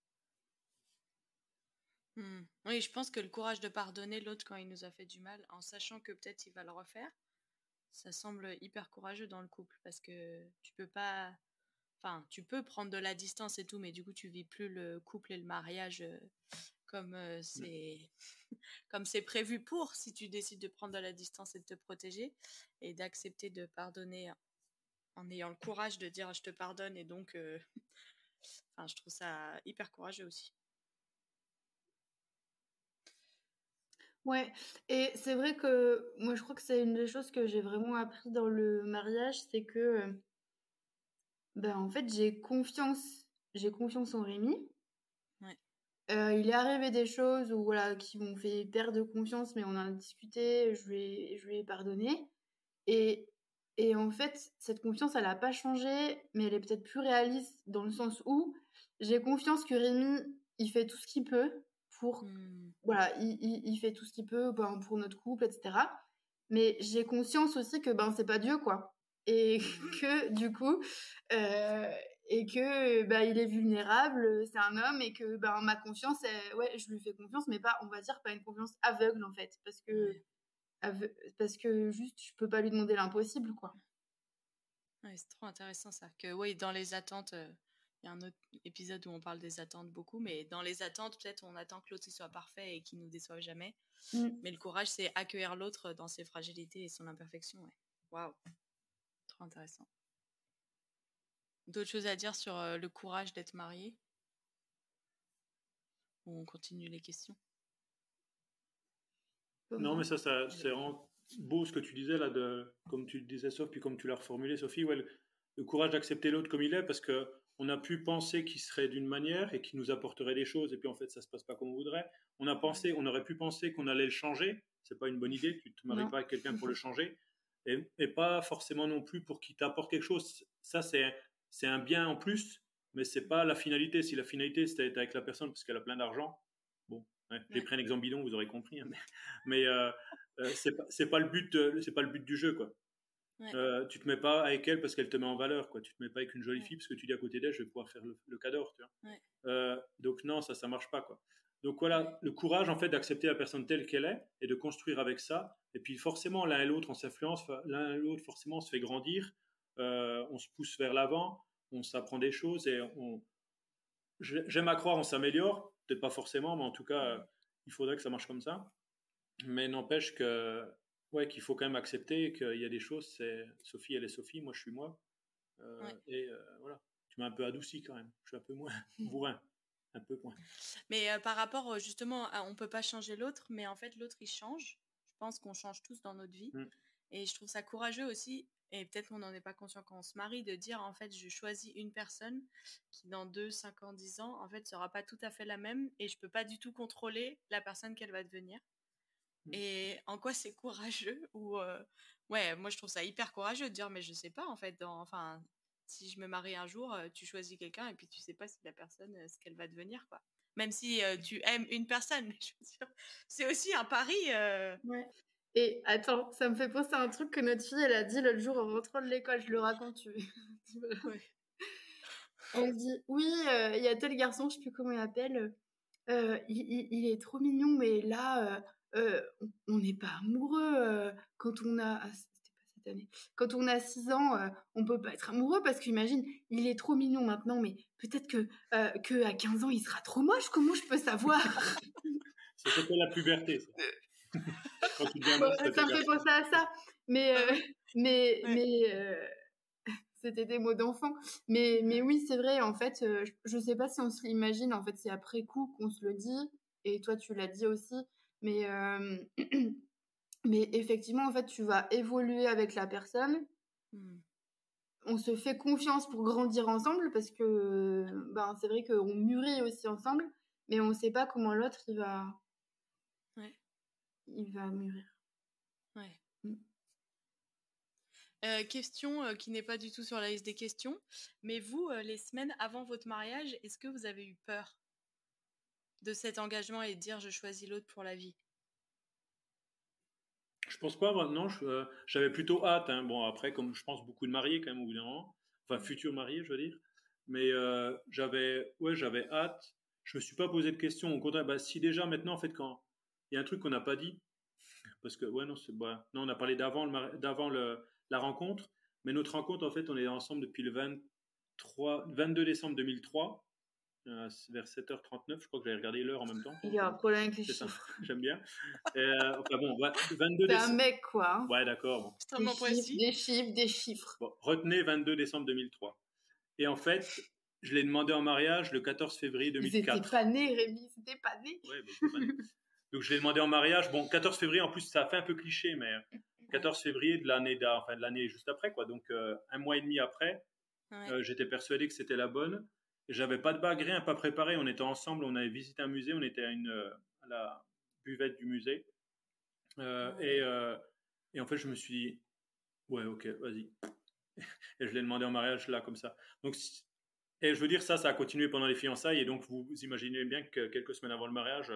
Mm. Oui, je pense que le courage de pardonner l'autre quand il nous a fait du mal, en sachant que peut-être il va le refaire, ça semble hyper courageux dans le couple parce que tu peux pas. Enfin, tu peux prendre de la distance et tout, mais du coup, tu vis plus le couple et le mariage euh, comme euh, c'est comme c'est prévu pour si tu décides de prendre de la distance et de te protéger et d'accepter de pardonner en ayant le courage de dire je te pardonne et donc euh, enfin, je trouve ça hyper courageux aussi.
Ouais, et c'est vrai que moi je crois que c'est une des choses que j'ai vraiment appris dans le mariage, c'est que euh, ben, en fait j'ai confiance, j'ai confiance en Rémi.
Ouais.
Euh, il est arrivé des choses où, voilà, qui m'ont fait perdre confiance, mais on en a discuté, je lui ai, je lui ai pardonné. Et, et en fait, cette confiance, elle n'a pas changé, mais elle est peut-être plus réaliste dans le sens où j'ai confiance que Rémi, il fait tout ce qu'il peut pour,
Mm.
voilà, il, il, il fait tout ce qu'il peut ben, pour notre couple, et cetera. Mais j'ai conscience aussi que ben c'est pas Dieu, quoi. Et
Mm.
que du coup, euh, et que bah, il est vulnérable, c'est un homme, et que bah, ma confiance, est, ouais, je lui fais confiance, mais pas, on va dire, pas une confiance aveugle en fait, parce que
Ouais.
aveu- parce que juste je peux pas lui demander l'impossible, quoi.
Ouais, c'est trop intéressant ça. Que oui, dans les attentes, euh, il y a un autre épisode où on parle des attentes beaucoup, mais dans les attentes, peut-être on attend que l'autre il soit parfait et qu'il nous déçoive jamais.
Mm.
Mais le courage, c'est accueillir l'autre dans ses fragilités et son imperfection. Ouais. Waouh, trop intéressant. D'autres choses à dire sur euh, le courage d'être marié? Ou on continue les questions?
non, mais ça, ça c'est vraiment beau ce que tu disais là, de, comme tu le disais, Sophie, puis comme tu l'as reformulé, Sophie, ouais, le, le courage d'accepter l'autre comme il est, parce que on a pu penser qu'il serait d'une manière et qu'il nous apporterait des choses, et puis en fait, ça se passe pas comme on voudrait. On a pensé, on aurait pu penser qu'on allait le changer. C'est pas une bonne idée. Tu te maries
Non.
pas avec quelqu'un pour le changer, et, et pas forcément non plus pour qu'il t'apporte quelque chose. Ça, c'est c'est un bien en plus, mais c'est pas la finalité. Si la finalité c'était d'être avec la personne parce qu'elle a plein d'argent, bon, ouais, j'ai
Ouais.
pris un exemple bidon, vous aurez compris, hein, mais, mais euh, euh, c'est pas, c'est pas le but, de- c'est pas le but du jeu, quoi.
Ouais.
Euh, tu te mets pas avec elle parce qu'elle te met en valeur, quoi. Tu te mets pas avec une jolie
Ouais.
fille parce que tu dis à côté d'elle, je vais pouvoir faire le, le cador, tu vois.
Ouais.
Euh, donc non, ça, ça marche pas, quoi. Donc voilà,
Ouais.
le courage en fait d'accepter la personne telle qu'elle est et de construire avec ça. Et puis forcément, l'un et l'autre, on s'influence, l'un et l'autre, forcément, on se fait grandir, euh, on se pousse vers l'avant. on s'apprend des choses et on, j'aime à croire on s'améliore, peut-être pas forcément, mais en tout cas, euh, il faudrait que ça marche comme ça. Mais n'empêche que, ouais, qu'il faut quand même accepter qu'il y a des choses, c'est Sophie, elle est Sophie, moi je suis moi. Euh,
Ouais.
Et euh, voilà, tu m'as un peu adouci quand même, je suis un peu moins bourrin, un peu moins.
Mais euh, par rapport euh, justement, à, on peut pas changer l'autre, mais en fait l'autre il change. Je pense qu'on change tous dans notre vie.
Mm.
Et je trouve ça courageux aussi, et peut-être qu'on n'en est pas conscient quand on se marie, de dire en fait je choisis une personne qui dans deux, cinq ans, dix ans, en fait sera pas tout à fait la même, et je peux pas du tout contrôler la personne qu'elle va devenir.
Mm.
Et en quoi c'est courageux ou euh, ouais, moi je trouve ça hyper courageux de dire mais je sais pas en fait, dans, enfin si je me marie un jour, euh, tu choisis quelqu'un et puis tu sais pas si la personne euh, ce qu'elle va devenir quoi. Même si euh, tu aimes une personne, mais je veux dire, c'est aussi un pari. euh,
Ouais. Et attends, ça me fait penser à un truc que notre fille, elle a dit l'autre jour en rentrant de l'école. Je le raconte, tu tu veux.
Ouais.
Elle dit, oui, euh, il y a tel garçon, je sais plus comment il appelle, euh, il, il- il est trop mignon, mais là, euh, euh, on on n'est pas amoureux euh, quand on a... ah, c'était pas cette année. Quand on a six ans, euh, on peut pas être amoureux parce qu'imagine, il est trop mignon maintenant, mais peut-être que, euh, que à quinze ans, il sera trop moche. Comment je peux savoir?
Ça s'appelle la puberté, ça. Quand tu deviens
Bon,
moche, ça
ça me fait penser à ça. Mais,
Ouais,
euh,
ouais.
mais,
Ouais.
mais euh, c'était des mots d'enfant. Mais, mais oui, c'est vrai, en fait, euh, je, je sais pas si on se l'imagine, en fait, c'est après coup qu'on se le dit. Et toi, tu l'as dit aussi. Mais, euh, mais effectivement, en fait, tu vas évoluer avec la personne.
Hmm.
On se fait confiance pour grandir ensemble parce que ben, c'est vrai qu'on mûrit aussi ensemble. Mais on sait pas comment l'autre, il va,
Ouais.
il va mûrir.
Ouais.
Mm.
Euh, question euh, qui n'est pas du tout sur la liste des questions, mais vous, euh, les semaines avant votre mariage, est-ce que vous avez eu peur de cet engagement et de dire je choisis l'autre pour la vie?
Je pense pas, maintenant, je, euh, j'avais plutôt hâte. Hein. Bon, après, comme je pense beaucoup de mariés quand même au bout d'un moment, enfin
Mm.
futurs mariés, je veux dire. Mais euh, j'avais, ouais, j'avais hâte. Je me suis pas posé de questions. Au contraire, bah, si déjà maintenant, en fait, quand il y a un truc qu'on n'a pas dit, parce que ouais, non, c'est, bah, non, on a parlé d'avant, le, mari- d'avant le, la rencontre, mais notre rencontre, en fait, on est ensemble depuis le vingt-trois, vingt-deux décembre deux mille trois. Euh, vers sept heures trente-neuf, je crois que j'avais regardé l'heure en même temps.
Il y a un problème avec les
C'est ça,
chiffres.
j'aime bien. Euh, enfin bon, ouais, vingt-deux
C'est un
décembre.
mec, quoi. Hein.
Ouais, d'accord. Bon.
Des
Extrêmement
chiffres,
précis.
des chiffres, des chiffres.
Bon, retenez vingt-deux décembre deux mille trois. Et en fait, je l'ai demandé en mariage le quatorze février deux
Ils
mille quatre.
étaient pas nés, Rémi, ils étaient pas nés.
Ouais, bah, j'étais pas né. Donc je l'ai demandé en mariage. Bon, quatorze février, en plus, ça a fait un peu cliché, mais quatorze février de l'année d'a- enfin, de l'année juste après, quoi. Donc euh, un mois et demi après,
Ouais.
euh, j'étais persuadé que c'était la bonne. Et j'avais pas de bague, rien, pas préparé. On était ensemble, on avait visité un musée, on était à, une, euh, à la buvette du musée. Euh,
Ouais.
et, euh, et en fait, je me suis dit, ouais, ok, vas-y. Et je l'ai demandé en mariage là, comme ça. Donc, si- et je veux dire, ça, ça a continué pendant les fiançailles. Et donc, vous, vous imaginez bien que quelques semaines avant le mariage,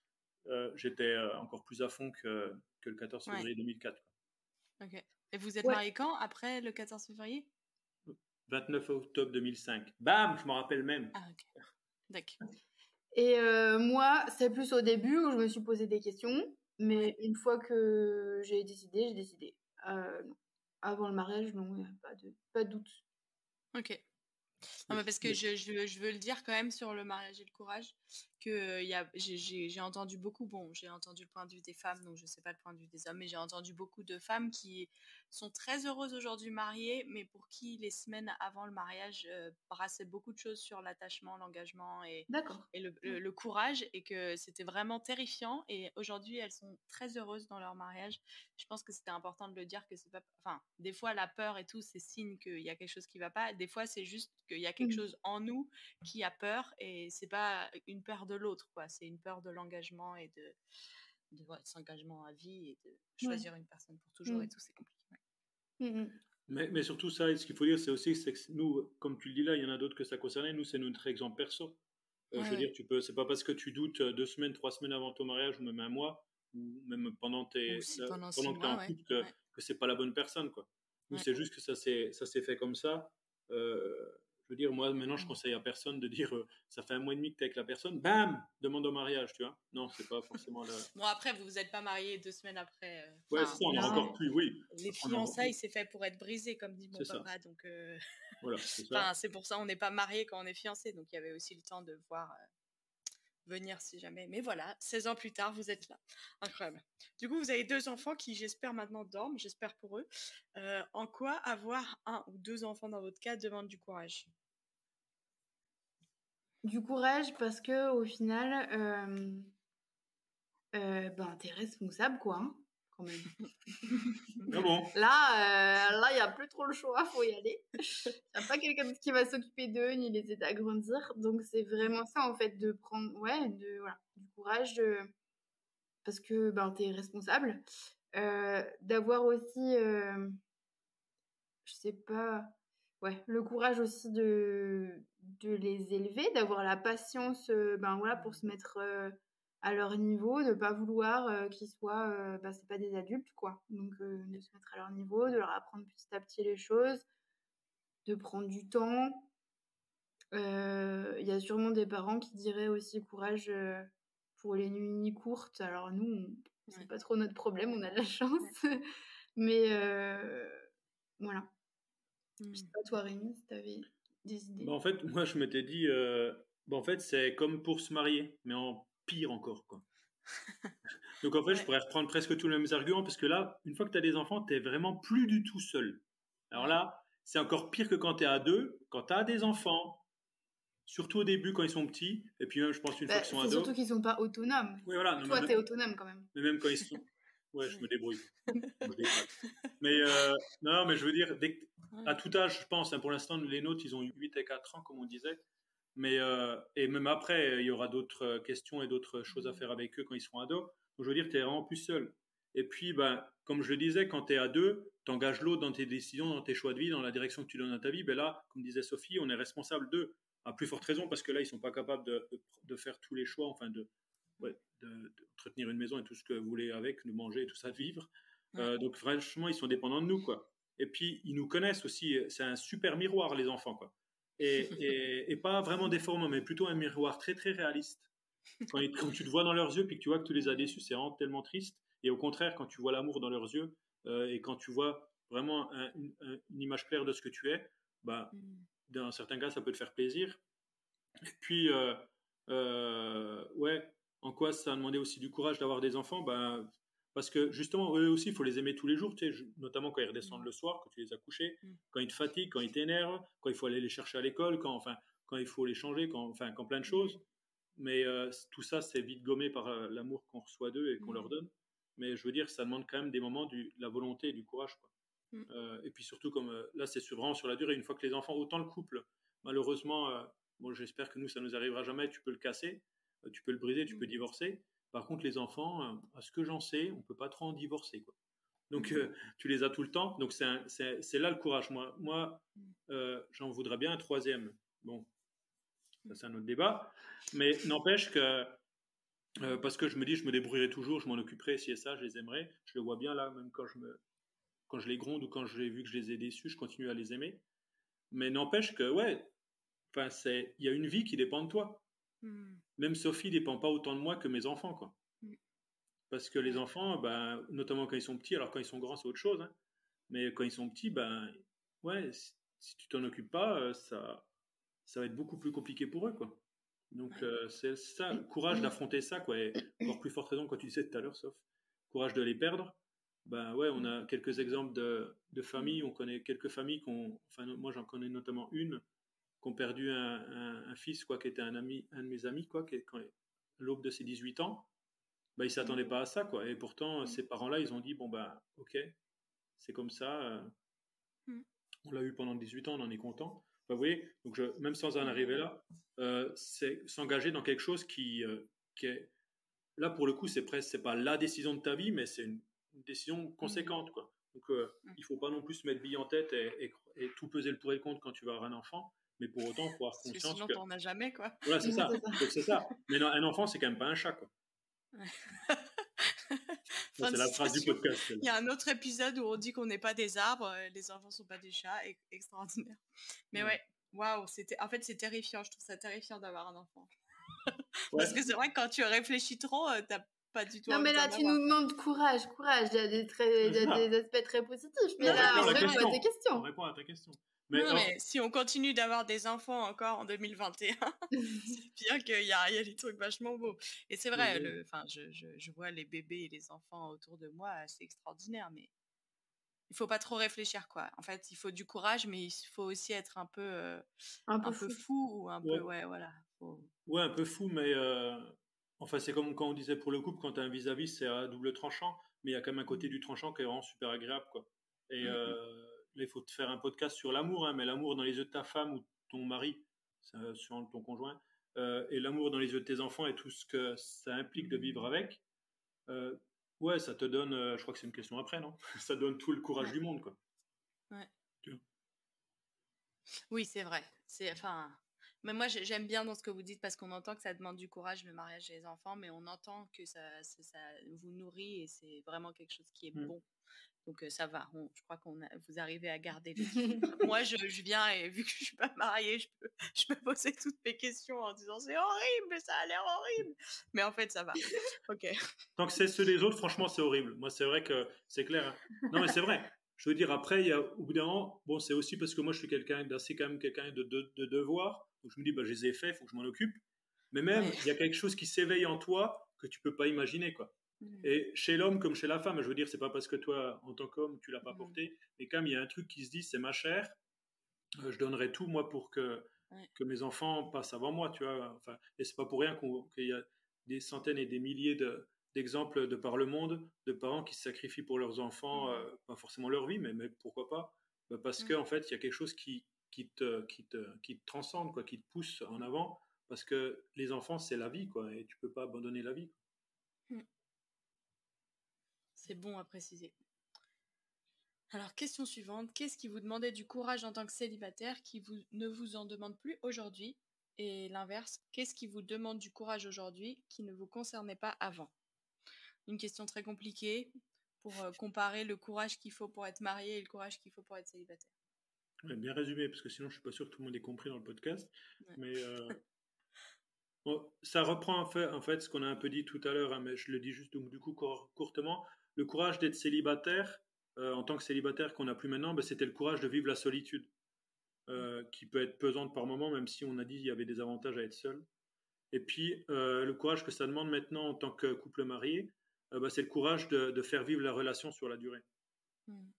euh, j'étais euh, encore plus à fond que, que le quatorze
Ouais.
février deux mille quatre.
Ok. Et vous êtes
Ouais.
mariés quand? Après le quatorze février?
vingt-neuf octobre deux mille cinq. Bam, je m'en rappelle même.
Ah, ok. D'accord.
Et euh, moi, c'est plus au début où je me suis posé des questions. Mais
Ouais.
une fois que j'ai décidé, j'ai décidé. Euh, non. Avant le mariage, non, il n'y a pas de, pas de doute.
Ok. Non, mais parce que je, je, je veux le dire quand même sur le mariage et le courage, que euh, y a, j'ai, j'ai, j'ai entendu beaucoup, bon, j'ai entendu le point de vue des femmes, donc je sais pas le point de vue des hommes, mais j'ai entendu beaucoup de femmes qui sont très heureuses aujourd'hui mariées, mais pour qui les semaines avant le mariage euh, brassaient beaucoup de choses sur l'attachement, l'engagement et,
D'accord.
et le, le, le courage, et que c'était vraiment terrifiant, et aujourd'hui elles sont très heureuses dans leur mariage. Je pense que c'était important de le dire, que c'est pas, enfin, des fois la peur et tout, c'est signe qu'il y a quelque chose qui va pas, des fois c'est juste qu'il y a quelque
Mhm.
chose en nous qui a peur, et c'est pas une peur de l'autre, quoi, c'est une peur de l'engagement et de, de, ouais, de s'engagement à vie et de choisir
Ouais.
une personne pour toujours
Mhm.
et tout, c'est compliqué. Ouais.
Mhm.
Mais, mais surtout, ça, ce qu'il faut dire, c'est aussi c'est que nous, comme tu le dis là, il y en a d'autres que ça concernait. Nous, c'est notre exemple perso. Euh,
Ouais,
je veux
ouais.
dire, tu peux, c'est pas parce que tu doutes deux semaines, trois semaines avant ton mariage, ou même un mois, ou même pendant, tes,
Ou si
la-
pendant
pendant
six
que tu es en
mois, ouais.
couple, que,
Ouais.
que c'est pas la bonne personne, quoi. Nous,
Ouais.
c'est juste que ça s'est, ça s'est fait comme ça. Euh, je veux dire, moi, maintenant, je conseille à personne de dire euh, ça fait un mois et demi que tu es avec la personne, bam, demande au mariage, tu vois. Non, c'est pas forcément le.
Bon, après, vous vous êtes pas mariés deux semaines après. euh,
Ouais,
enfin,
c'est ça, on a
non.
encore plus, oui.
les
On a-
fiançailles, c'est fait pour être brisé, comme dit mon
C'est ça.
papa. Donc, euh,
Voilà, c'est ça.
enfin, c'est pour ça on n'est pas mariés quand on est fiancés. Donc, il y avait aussi le temps de voir euh, venir si jamais. Mais voilà, seize ans plus tard, vous êtes là. Incroyable. Du coup, vous avez deux enfants qui, j'espère, maintenant dorment. J'espère pour eux. Euh, en quoi avoir un ou deux enfants dans votre cas demande du courage?
Du courage parce que au final, euh, euh, ben t'es responsable quoi, hein, quand même.
Ah bon?
Là, euh, là, il n'y a plus trop le choix, faut y aller. Il n'y a pas quelqu'un qui va s'occuper d'eux ni les aider à grandir. Donc c'est vraiment ça en fait de prendre, ouais, de voilà, du courage de- parce que ben t'es responsable. Euh, d'avoir aussi, euh, je sais pas, ouais, le courage aussi de de les élever, d'avoir la patience, euh, ben voilà, pour se mettre euh, à leur niveau, de pas vouloir euh, qu'ils soient, euh, bah, c'est pas des adultes quoi, donc euh, de se mettre à leur niveau, de leur apprendre petit à petit les choses, de prendre du temps. Euh, Il y a sûrement des parents qui diraient aussi courage euh, pour les nuits courtes. Alors nous, on- c'est
Ouais.
pas trop notre problème, on a de la chance, mais euh, voilà.
Hmm.
Je sais pas toi Rémi, si t'avais des idées.
Bah, en fait, moi, je m'étais dit, euh, bah, en fait, c'est comme pour se marier, mais en pire encore, quoi. Donc, en fait, je
Ouais.
pourrais reprendre presque tous les mêmes arguments, parce que là, une fois que tu as des enfants, tu es vraiment plus du tout seul. Alors
Ouais.
là, c'est encore pire que quand tu es à deux. Quand tu as des enfants, surtout au début, quand ils sont petits, et puis même, je pense, une
Bah,
fois qu'ils sont
c'est
ados.
surtout qu'ils sont pas autonomes.
Oui, voilà. Non,
Toi,
mais,
t'es autonome quand même.
mais même quand ils sont. Ouais, je
Ouais.
me débrouille. Je me décale. Mais, euh, non, mais je veux dire, dès que- à tout âge, je pense, hein, pour l'instant, les nôtres, ils ont eu huit et quatre ans, comme on disait. Mais, euh, et même après, il y aura d'autres euh, questions et d'autres choses à faire avec eux quand ils seront ados. Donc, je veux dire, tu es vraiment plus seul. Et puis, ben, comme je le disais, quand tu es à deux, tu engages l'autre dans tes décisions, dans tes choix de vie, dans la direction que tu donnes à ta vie. Ben là, comme disait Sophie, on est responsable d'eux. À plus forte raison, parce que là, ils ne sont pas capables de, de, de faire tous les choix, enfin, de, ouais, de, de entretenir une maison et tout ce que vous voulez avec, de manger et tout ça, de vivre.
Ouais.
Euh, donc, franchement, ils sont dépendants de nous, quoi. Et puis, ils nous connaissent aussi. C'est un super miroir, les enfants, quoi. Et, et, et pas vraiment déformant, mais plutôt un miroir très très réaliste. Quand, ils- quand tu te vois dans leurs yeux puis que tu vois que tu les as déçus, c'est vraiment tellement triste. Et au contraire, quand tu vois l'amour dans leurs yeux euh, et quand tu vois vraiment un- une, un- une image claire de ce que tu es, bah,
Hmm.
dans certains cas, ça peut te faire plaisir. Et puis, euh, euh, ouais, en quoi ça a demandé aussi du courage d'avoir des enfants? Bah, parce que justement, eux aussi, il faut les aimer tous les jours, tu sais, je- notamment quand ils redescendent le soir, quand tu les as couchés,
Mm.
quand ils te fatiguent, quand ils t'énervent, quand il faut aller les chercher à l'école, quand, enfin, quand il faut les changer, quand, enfin, quand plein de choses. Mais euh, tout ça, c'est vite gommé par euh, l'amour qu'on reçoit d'eux et qu'on
Mm.
leur donne. Mais je veux dire, ça demande quand même des moments du, de la volonté et du courage, quoi.
Mm.
Euh, et puis surtout, comme euh, là, c'est sur- vraiment sur la durée, une fois que les enfants, autant le couple, malheureusement, euh, bon, j'espère que nous, ça nous arrivera jamais, tu peux le casser, euh, tu peux le briser, tu
Mm.
peux divorcer. Par contre, les enfants, euh, à ce que j'en sais, on peut pas trop en divorcer, quoi. Donc,
Mm.
euh, tu les as tout le temps. Donc, c'est un- c'est c'est là le courage. Moi, moi
Mm.
euh, j'en voudrais bien un troisième. Bon, ça, c'est un autre débat. Mais n'empêche que, euh, parce que je me dis, je me débrouillerai toujours, je m'en occuperai, si et ça, je les aimerai. Je le vois bien là, même quand je, me, quand je les gronde ou quand j'ai vu que je les ai déçus, je continue à les aimer. Mais n'empêche que, ouais, enfin, c'est, il y a une vie qui dépend de toi.
Mm.
Même Sophie dépend pas autant de moi que mes enfants, quoi.
Mm.
Parce que les enfants, ben, notamment quand ils sont petits, alors quand ils sont grands, c'est autre chose, hein, mais quand ils sont petits, ben, ouais, si, si tu t'en occupes pas, euh, ça, ça va être beaucoup plus compliqué pour eux, quoi. Donc,
Ouais.
euh, c'est ça, le courage d'affronter ça, quoi. Et encore plus forte raison quand tu disais tout à l'heure, sauf courage de les perdre. Ben ouais, on a quelques exemples de, de familles, on connaît quelques familles qu'on, enfin, moi j'en connais notamment une, qui ont perdu un, un, un fils, quoi, qui était un ami, un de mes amis, quoi, qui est quand, à l'aube de ses dix-huit ans. Bah, ils ne s'attendaient pas à ça, quoi. Et pourtant,
Mm.
ces parents-là, ils ont dit, bon, bah, ok, c'est comme ça. euh,
Mm.
On l'a eu pendant dix-huit ans, on en est content. Bah, vous voyez, donc je, même sans en arriver là, euh, c'est s'engager dans quelque chose qui, euh, qui est... Là, pour le coup, c'est presque, c'est pas la décision de ta vie, mais c'est une, une décision conséquente, quoi. Donc, euh,
Mm.
il faut pas non plus se mettre bille en tête et, et, et tout peser le pour et le contre quand tu vas avoir un enfant. Mais pour autant, il faut avoir
Parce que
conscience
sinon,
que...
t'en as jamais, quoi.
Voilà, c'est
Ouais,
ça.
c'est ça.
Donc, c'est ça. Mais non, un enfant, c'est quand même pas un chat, quoi. Ça,
Fin de
c'est la phrase du
citation.
podcast.
Il y a un autre épisode où on dit qu'on n'est pas des arbres, euh, les enfants sont pas des chats, e- extraordinaire. Mais
Ouais.
ouais, waouh, c'était... en fait, c'est terrifiant. Je trouve ça terrifiant d'avoir un enfant.
Ouais.
Parce que c'est vrai que quand tu réfléchis trop, euh, t'as pas du tout
Non,
envie
mais là,
d'en
tu
avoir.
nous demandes courage, courage. Il y a des, très, il y a
Ah.
des aspects très positifs. Mais
Non,
là,
mais
on
c'est
répond
vrai.
à tes
On
questions.
répond à ta question. Mais,
non,
alors,
mais si on continue d'avoir des enfants encore en deux mille vingt et un, c'est bien qu'il y a, il y a des trucs vachement beaux. Et c'est vrai,
oui,
le, enfin, je, je, je vois les bébés et les enfants autour de moi, c'est extraordinaire, mais il faut pas trop réfléchir, quoi. En fait, il faut du courage, mais il faut aussi être un peu, euh,
Un peu
un peu
fou.
fou ou un
ouais,
peu, ouais, voilà. Faut-
ouais, un peu fou, mais euh, enfin, c'est comme quand on disait pour le couple, quand tu as un vis-à-vis, c'est à double tranchant, mais il y a quand même un côté du tranchant qui est vraiment super agréable, quoi. Et
Mm,
euh,
mm.
là, il faut te faire un podcast sur l'amour, hein, mais l'amour dans les yeux de ta femme ou de ton mari, c'est, sur ton conjoint, euh, et l'amour dans les yeux de tes enfants et tout ce que ça implique de vivre avec. Euh, ouais, ça te donne, euh, je crois que c'est une question après, non? Ça donne tout le courage
Ouais,
du monde, quoi.
ouais.
Tu vois.
Oui, c'est vrai. C'est, enfin, mais moi, j'ai- j'aime bien dans ce que vous dites parce qu'on entend que ça demande du courage, le mariage et les enfants, mais on entend que ça, ça, ça vous nourrit et c'est vraiment quelque chose qui est
Mm.
bon. Donc euh, ça va. On- je crois qu'on a, vous arrivez à garder l'équilibre. Moi, je, je viens et vu que je suis pas mariée, je peux, je peux poser toutes mes questions en disant c'est horrible, ça a l'air horrible. Mais en fait, ça va. Ok.
Tant que c'est ceux des autres, franchement, c'est horrible. Moi, c'est vrai que c'est clair, hein. Non, mais c'est vrai. Je veux dire, après, il y a, au bout d'un moment, bon, c'est aussi parce que moi, je suis quelqu'un d'assez quand même quelqu'un de, de, de devoir. Donc, je me dis, bah, je les ai faits, il faut que je m'en occupe. Mais même,
Ouais.
il y a quelque chose qui s'éveille en toi que tu peux pas imaginer, quoi.
Mhm.
Et chez l'homme comme chez la femme, je veux dire, c'est pas parce que toi, en tant qu'homme, tu l'as pas
Mhm.
porté, mais quand même, il y a un truc qui se dit, c'est ma chair, euh, je donnerai tout, moi, pour que,
Ouais.
que mes enfants passent avant moi, tu vois. Enfin, et c'est pas pour rien qu'on, qu'il y a des centaines et des milliers de, d'exemples de par le monde de parents qui se sacrifient pour leurs enfants,
Mhm.
euh, pas forcément leur vie, mais, mais pourquoi pas? Bah, parce
Mhm.
qu'en en fait, il y a quelque chose qui, qui, te, qui, te, qui te transcende, quoi, qui te pousse en avant, parce que les enfants, c'est la vie, quoi, et tu peux pas abandonner la vie.
Mhm. C'est bon à préciser. Alors, question suivante. Qu'est-ce qui vous demandait du courage en tant que célibataire qui vous, ne vous en demande plus aujourd'hui? Et l'inverse, qu'est-ce qui vous demande du courage aujourd'hui qui ne vous concernait pas avant? Une question très compliquée pour euh, comparer le courage qu'il faut pour être marié et le courage qu'il faut pour être célibataire.
Ouais, bien résumé, parce que sinon, je suis pas sûr que tout le monde ait compris dans le podcast.
Ouais.
Mais euh, bon, ça reprend en fait, en fait ce qu'on a un peu dit tout à l'heure, hein, mais je le dis juste donc, du coup cour- courtement. Le courage d'être célibataire, euh, en tant que célibataire qu'on n'a plus maintenant, ben, c'était le courage de vivre la solitude, euh, qui peut être pesante par moment, même si on a dit qu'il y avait des avantages à être seul. Et puis, euh, le courage que ça demande maintenant en tant que couple marié, euh, ben, c'est le courage de, de faire vivre la relation sur la durée.
Hmm.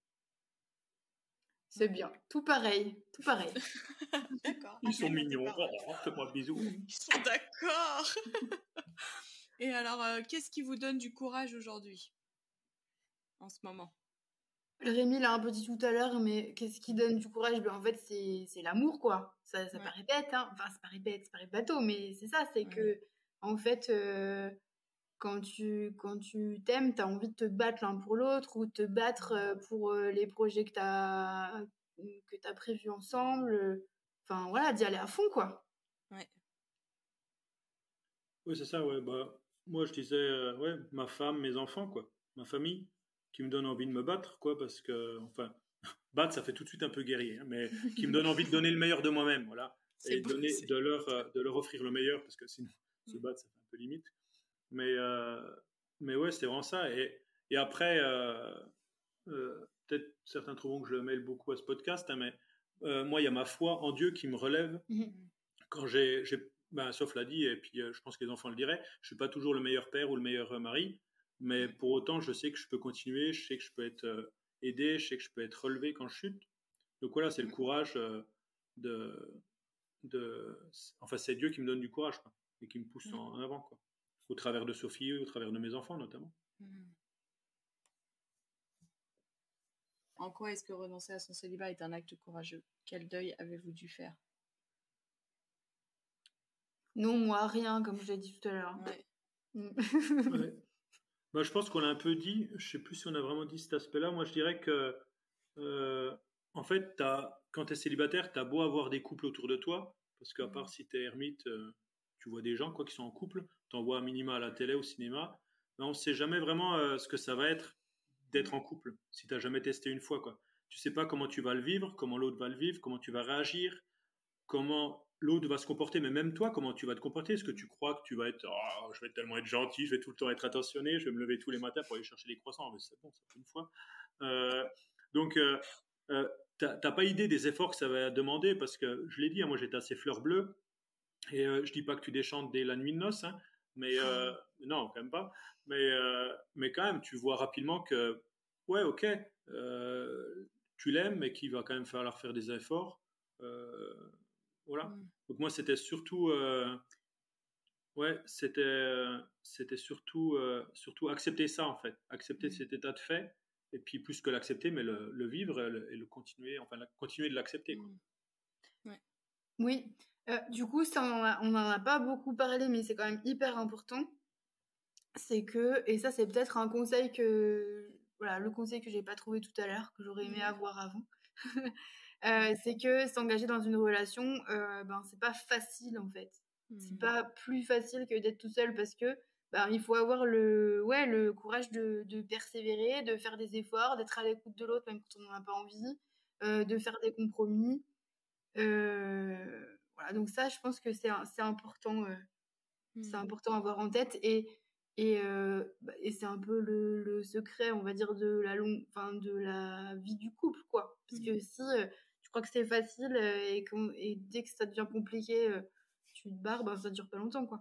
C'est bien. Tout pareil. Tout pareil.
D'accord.
Ils sont
Agrément des
mignons.
paroles.
Oh, fais-moi un bisou.
Ils sont d'accord. Et alors, euh, qu'est-ce qui vous donne du courage aujourd'hui, en ce moment?
Le Rémi l'a un peu dit tout à l'heure, mais qu'est-ce qui donne du courage? Ben, en fait, c'est c'est l'amour, quoi. Ça, ça
Ouais.
paraît bête, hein. Enfin, ça paraît bête, ça paraît bateau, mais c'est ça, c'est
Ouais.
que, en fait, euh, quand tu quand tu t'aimes, t'as envie de te battre l'un pour l'autre ou de te battre euh, pour euh, les projets que t'as que t'as prévus ensemble. Enfin, voilà, d'y aller à fond, quoi.
Ouais.
Oui, c'est ça, ouais. Bah, moi, je disais, euh, ouais, ma femme, mes enfants, quoi. Ma famille, qui me donne envie de me battre, quoi, parce que, enfin, battre, ça fait tout de suite un peu guerrier, hein, mais qui me donne envie de donner le meilleur de moi-même, voilà.
C'est
Et
beau.
donner,
C'est...
de, leur, euh, de leur offrir le meilleur, parce que sinon, se
Mm.
battre, ça fait un peu limite. Mais, euh, mais ouais, c'est vraiment ça. Et, et après, euh, euh, peut-être certains trouveront que je mêle beaucoup à ce podcast, hein, mais euh, moi, il y a ma foi en Dieu qui me relève
Mhm.
quand j'ai, j'ai ben, sauf l'a dit, et puis euh, je pense que les enfants le diraient, je suis pas toujours le meilleur père ou le meilleur euh, mari, mais
Mm.
pour autant, je sais que je peux continuer, je sais que je peux être euh, aidé, je sais que je peux être relevé quand je chute. Donc voilà, c'est le
Mm.
courage euh, de, de, enfin c'est Dieu qui me donne du courage, quoi, et qui me pousse
Mm.
en, en avant, quoi, au travers de Sophie, au travers de mes enfants notamment.
Mm. En quoi est-ce que renoncer à son célibat est un acte courageux? Quel deuil avez-vous dû faire?
Non, moi, rien, comme je l'ai dit tout à l'heure.
Ouais.
Mm.
Ouais. Bah, je pense qu'on l'a un peu dit, je sais plus si on a vraiment dit cet aspect-là. Moi, je dirais que, euh, en fait, t'as, quand tu es célibataire, tu as beau avoir des couples autour de toi, parce qu'à part
Mm.
si tu es ermite, euh, tu vois des gens quoi, qui sont en couple, tu en vois un minima à la télé, au cinéma, mais on ne sait jamais vraiment euh, ce que ça va être d'être
Mm.
en couple, si tu n'as jamais testé une fois, quoi. Tu sais pas comment tu vas le vivre, comment l'autre va le vivre, comment tu vas réagir. comment l'autre va se comporter, mais même toi, comment tu vas te comporter. Est-ce que tu crois que tu vas être, oh, je vais tellement être gentil, je vais tout le temps être attentionné, je vais me lever tous les matins pour aller chercher des croissants, mais c'est bon, ça fait une fois. Euh, donc, euh, euh, t'as, t'as pas idée des efforts que ça va demander, parce que je l'ai dit, hein, moi j'étais assez fleur bleue, et euh, je dis pas que tu déchantes dès la nuit de noces, hein, mais euh, non, quand même pas. Mais, euh, mais quand même, tu vois rapidement que, ouais, ok, euh, tu l'aimes, mais qu'il va quand même falloir faire des efforts. Euh, voilà.
Mm.
Donc moi, c'était surtout, euh, ouais, c'était, euh, c'était surtout, euh, surtout accepter ça en fait, accepter
Mm.
cet état de fait, et puis plus que l'accepter, mais le, le vivre et le, et le continuer, enfin, la, continuer de l'accepter. Quoi.
Mm. Ouais.
Oui, euh, du coup, ça, on en a- on n'en a pas beaucoup parlé, mais c'est quand même hyper important. C'est que, et ça, c'est peut-être un conseil que, voilà, le conseil que j'ai pas trouvé tout à l'heure, que j'aurais aimé
Mhm.
avoir avant. Euh, c'est que s'engager dans une relation, euh, ben, c'est pas facile en fait. C'est
Mhm.
pas plus facile que d'être tout seul parce que ben, il faut avoir le, ouais, le courage de, de persévérer, de faire des efforts, d'être à l'écoute de l'autre même quand on n'en a pas envie, euh, de faire des compromis. Euh, voilà, donc ça, je pense que c'est, c'est important, euh, c'est
Mhm.
important à avoir en tête et et, euh, bah, et c'est un peu le, le secret, on va dire, de la longue, enfin de la vie du couple, quoi. Parce que si euh, tu crois que c'est facile euh, et, qu'on- et dès que ça devient compliqué, euh, tu te barres, ben ça dure pas longtemps, quoi.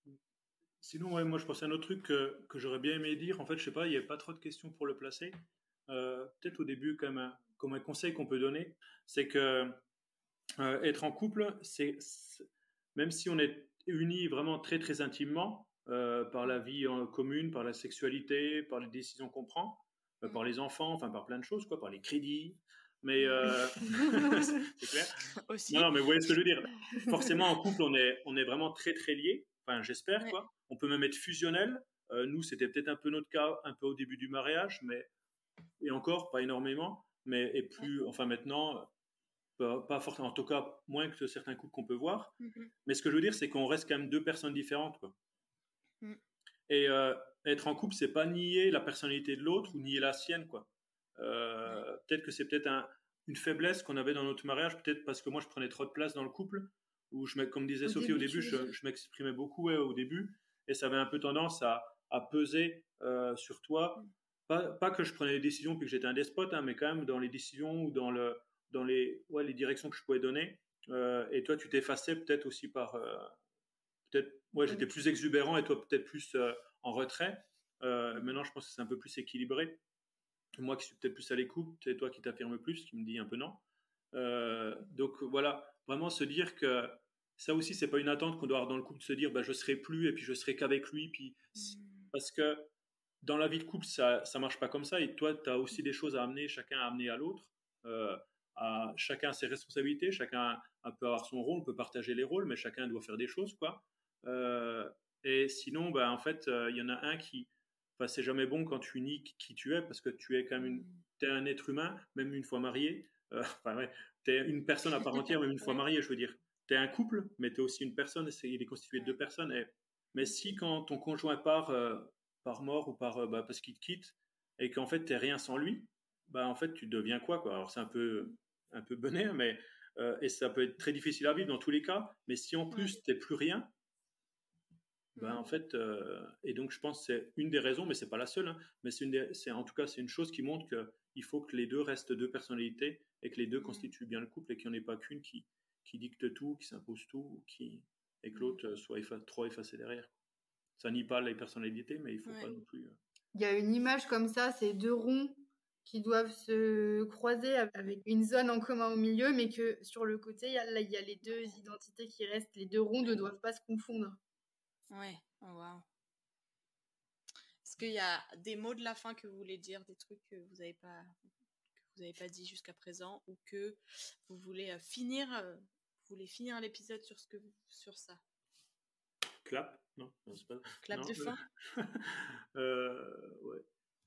Sinon, ouais, moi je pensais à un autre truc que, que j'aurais bien aimé dire. En fait, je sais pas, il n'y avait pas trop de questions pour le placer. Euh, peut-être au début, comme un, comme un conseil qu'on peut donner, c'est que euh, être en couple, c'est, c'est- même si on est unis vraiment très très intimement euh, par la vie en commune, par la sexualité, par les décisions qu'on prend, euh, par les enfants, enfin par plein de choses, quoi, par les crédits. Mais euh, c'est clair. Non,
Aussi.
non, mais vous voyez ce que je veux dire. Forcément, en couple, on est, on est vraiment très très liés. Enfin, j'espère,
Ouais.
quoi. On peut même être fusionnel. Euh, nous, c'était peut-être un peu notre cas, un peu au début du mariage, mais et encore pas énormément, mais et plus, enfin maintenant, pas, pas forcément, en tout cas moins que certains couples qu'on peut voir.
Mhm.
Mais ce que je veux dire, c'est qu'on reste quand même deux personnes différentes, quoi.
Mm.
Et euh, être en couple, c'est pas nier la personnalité de l'autre ou nier la sienne, quoi. Euh,
Ouais.
peut-être que c'est peut-être un, une faiblesse qu'on avait dans notre mariage, peut-être parce que moi je prenais trop de place dans le couple, où je, comme disait
Au
Sophie au
début, tu
début,
veux
je,
dire?
je m'exprimais beaucoup ouais, au début, et ça avait un peu tendance à, à peser euh, sur toi.
Mm.
Pas, pas que je prenais les décisions puis que j'étais un despote, hein, mais quand même dans les décisions ou dans, le, dans les, ouais, les directions que je pouvais donner. Euh, et toi, tu t'effaçais peut-être aussi par, euh, peut-être, ouais, j'étais plus exubérant et toi peut-être plus euh, en retrait. Euh, maintenant, je pense que c'est un peu plus équilibré. Moi qui suis peut-être plus à l'écoute, c'est toi qui t'affirme plus, qui me dit un peu non. Euh, donc voilà, vraiment se dire que ça aussi, c'est pas une attente qu'on doit avoir dans le couple, de se dire bah, je serai plus et puis je serai qu'avec lui. Puis,
Mm.
parce que dans la vie de couple, ça ça marche pas comme ça. Et toi, tu as aussi des choses à amener, chacun à amener à l'autre. Euh, à, chacun a ses responsabilités, chacun a, peut avoir son rôle, on peut partager les rôles, mais chacun doit faire des choses, quoi. Euh, et sinon, bah, en fait, il euh, y en a un qui, enfin, c'est jamais bon quand tu nies qui tu es, parce que tu es quand même une,
Mm.
t'es un être humain, même une fois marié. Euh, enfin, ouais, t'es une personne à part entière, même une fois
Ouais.
marié, je veux dire. T'es un couple, mais t'es aussi une personne, c'est, il est constitué de
Ouais.
deux personnes. Et, mais si quand ton conjoint part euh, par mort ou par, euh, bah, parce qu'il te quitte, et qu'en fait t'es rien sans lui, bah en fait tu deviens quoi, quoi. Alors c'est un peu, un peu bonnet, mais euh, et ça peut être très difficile à vivre dans tous les cas. Mais si en
Ouais.
plus t'es plus rien, ben
Mm.
en fait, euh, et donc je pense que c'est une des raisons, mais c'est pas la seule, hein, mais c'est, une des, c'est en tout cas c'est une chose qui montre que il faut que les deux restent deux personnalités et que les deux
Mm.
constituent bien le couple et qu'il n'y en ait pas qu'une qui, qui dicte tout, qui s'impose tout, ou qui, et que
Mm.
l'autre soit effa- trop effacé derrière. Ça nie pas les personnalités, mais il faut
Ouais.
pas non plus. euh,
Il y a une image comme ça, c'est deux ronds qui doivent se croiser avec une zone en commun au milieu, mais que sur le côté, il y a, là, il y a les deux identités qui restent. Les deux ronds ne doivent pas se confondre.
Ouais. Oh, wow. Est-ce qu'il y a des mots de la fin que vous voulez dire, des trucs que vous n'avez pas, que vous avez pas dit jusqu'à présent, ou que vous voulez euh, finir, euh, vous voulez finir l'épisode sur ce que vous- sur ça.
Clap? Non, non, c'est pas.
Clap
Non.
de fin.
euh, ouais.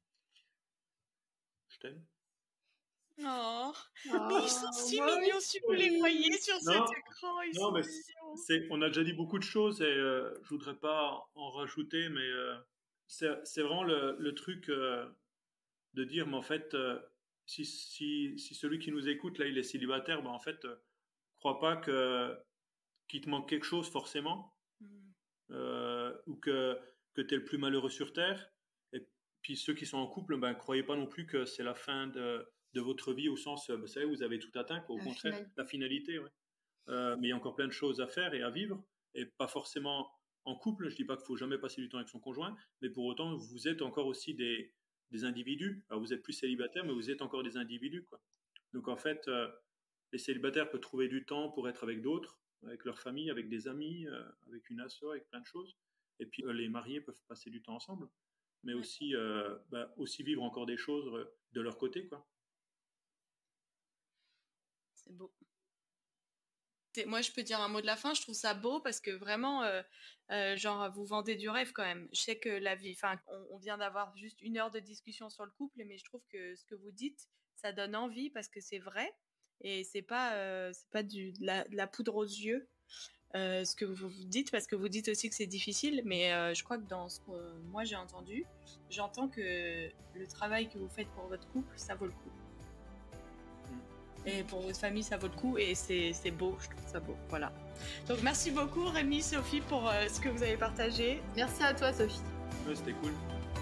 Je t'aime.
Oh, mais ils sont
Oh,
si
moi
mignons si vous les voyez
aussi.
sur
Non,
cet écran, ils
non,
sont
mais
mignons.
c'est, on a déjà dit beaucoup de choses et euh, je voudrais pas en rajouter, mais euh, c'est, c'est vraiment le, le truc euh, de dire, mais en fait, euh, si, si, si celui qui nous écoute là, il est célibataire, ben en fait, euh, crois pas que, qu'il te manque quelque chose forcément, mmh. euh, ou que, que tu es le plus malheureux sur Terre. Et puis ceux qui sont en couple, ben, croyez pas non plus que c'est la fin de, de votre vie au sens, vous savez, vous avez tout atteint, quoi. Au la contraire, finalité. la finalité. Ouais. Euh, mais il y a encore plein de choses à faire et à vivre, et pas forcément en couple. Je dis pas qu'il faut jamais passer du temps avec son conjoint, mais pour autant, vous êtes encore aussi des, des individus. Alors vous êtes plus célibataire, mais vous êtes encore des individus, quoi. Donc en fait, euh, les célibataires peuvent trouver du temps pour être avec d'autres, avec leur famille, avec des amis, euh, avec une asso, avec plein de choses. Et puis euh, les mariés peuvent passer du temps ensemble, mais ouais. aussi, euh, bah, aussi vivre encore des choses de leur côté, quoi.
C'est beau. Moi, je peux dire un mot de la fin. Je trouve ça beau parce que vraiment, euh, euh, genre, vous vendez du rêve quand même. Je sais que la vie, enfin, on, on vient d'avoir juste une heure de discussion sur le couple, mais je trouve que ce que vous dites, ça donne envie parce que c'est vrai et c'est pas, euh, c'est pas du, de, la, de la poudre aux yeux. Euh, ce que vous, vous dites, parce que vous dites aussi que c'est difficile, mais euh, je crois que dans ce que euh, moi j'ai entendu, j'entends que le travail que vous faites pour votre couple, ça vaut le coup. Et pour votre famille, ça vaut le coup et c'est, c'est beau, je trouve ça beau. Voilà. Donc merci beaucoup Rémi, Sophie pour euh, ce que vous avez partagé.
Merci à toi Sophie.
Ouais, c'était cool.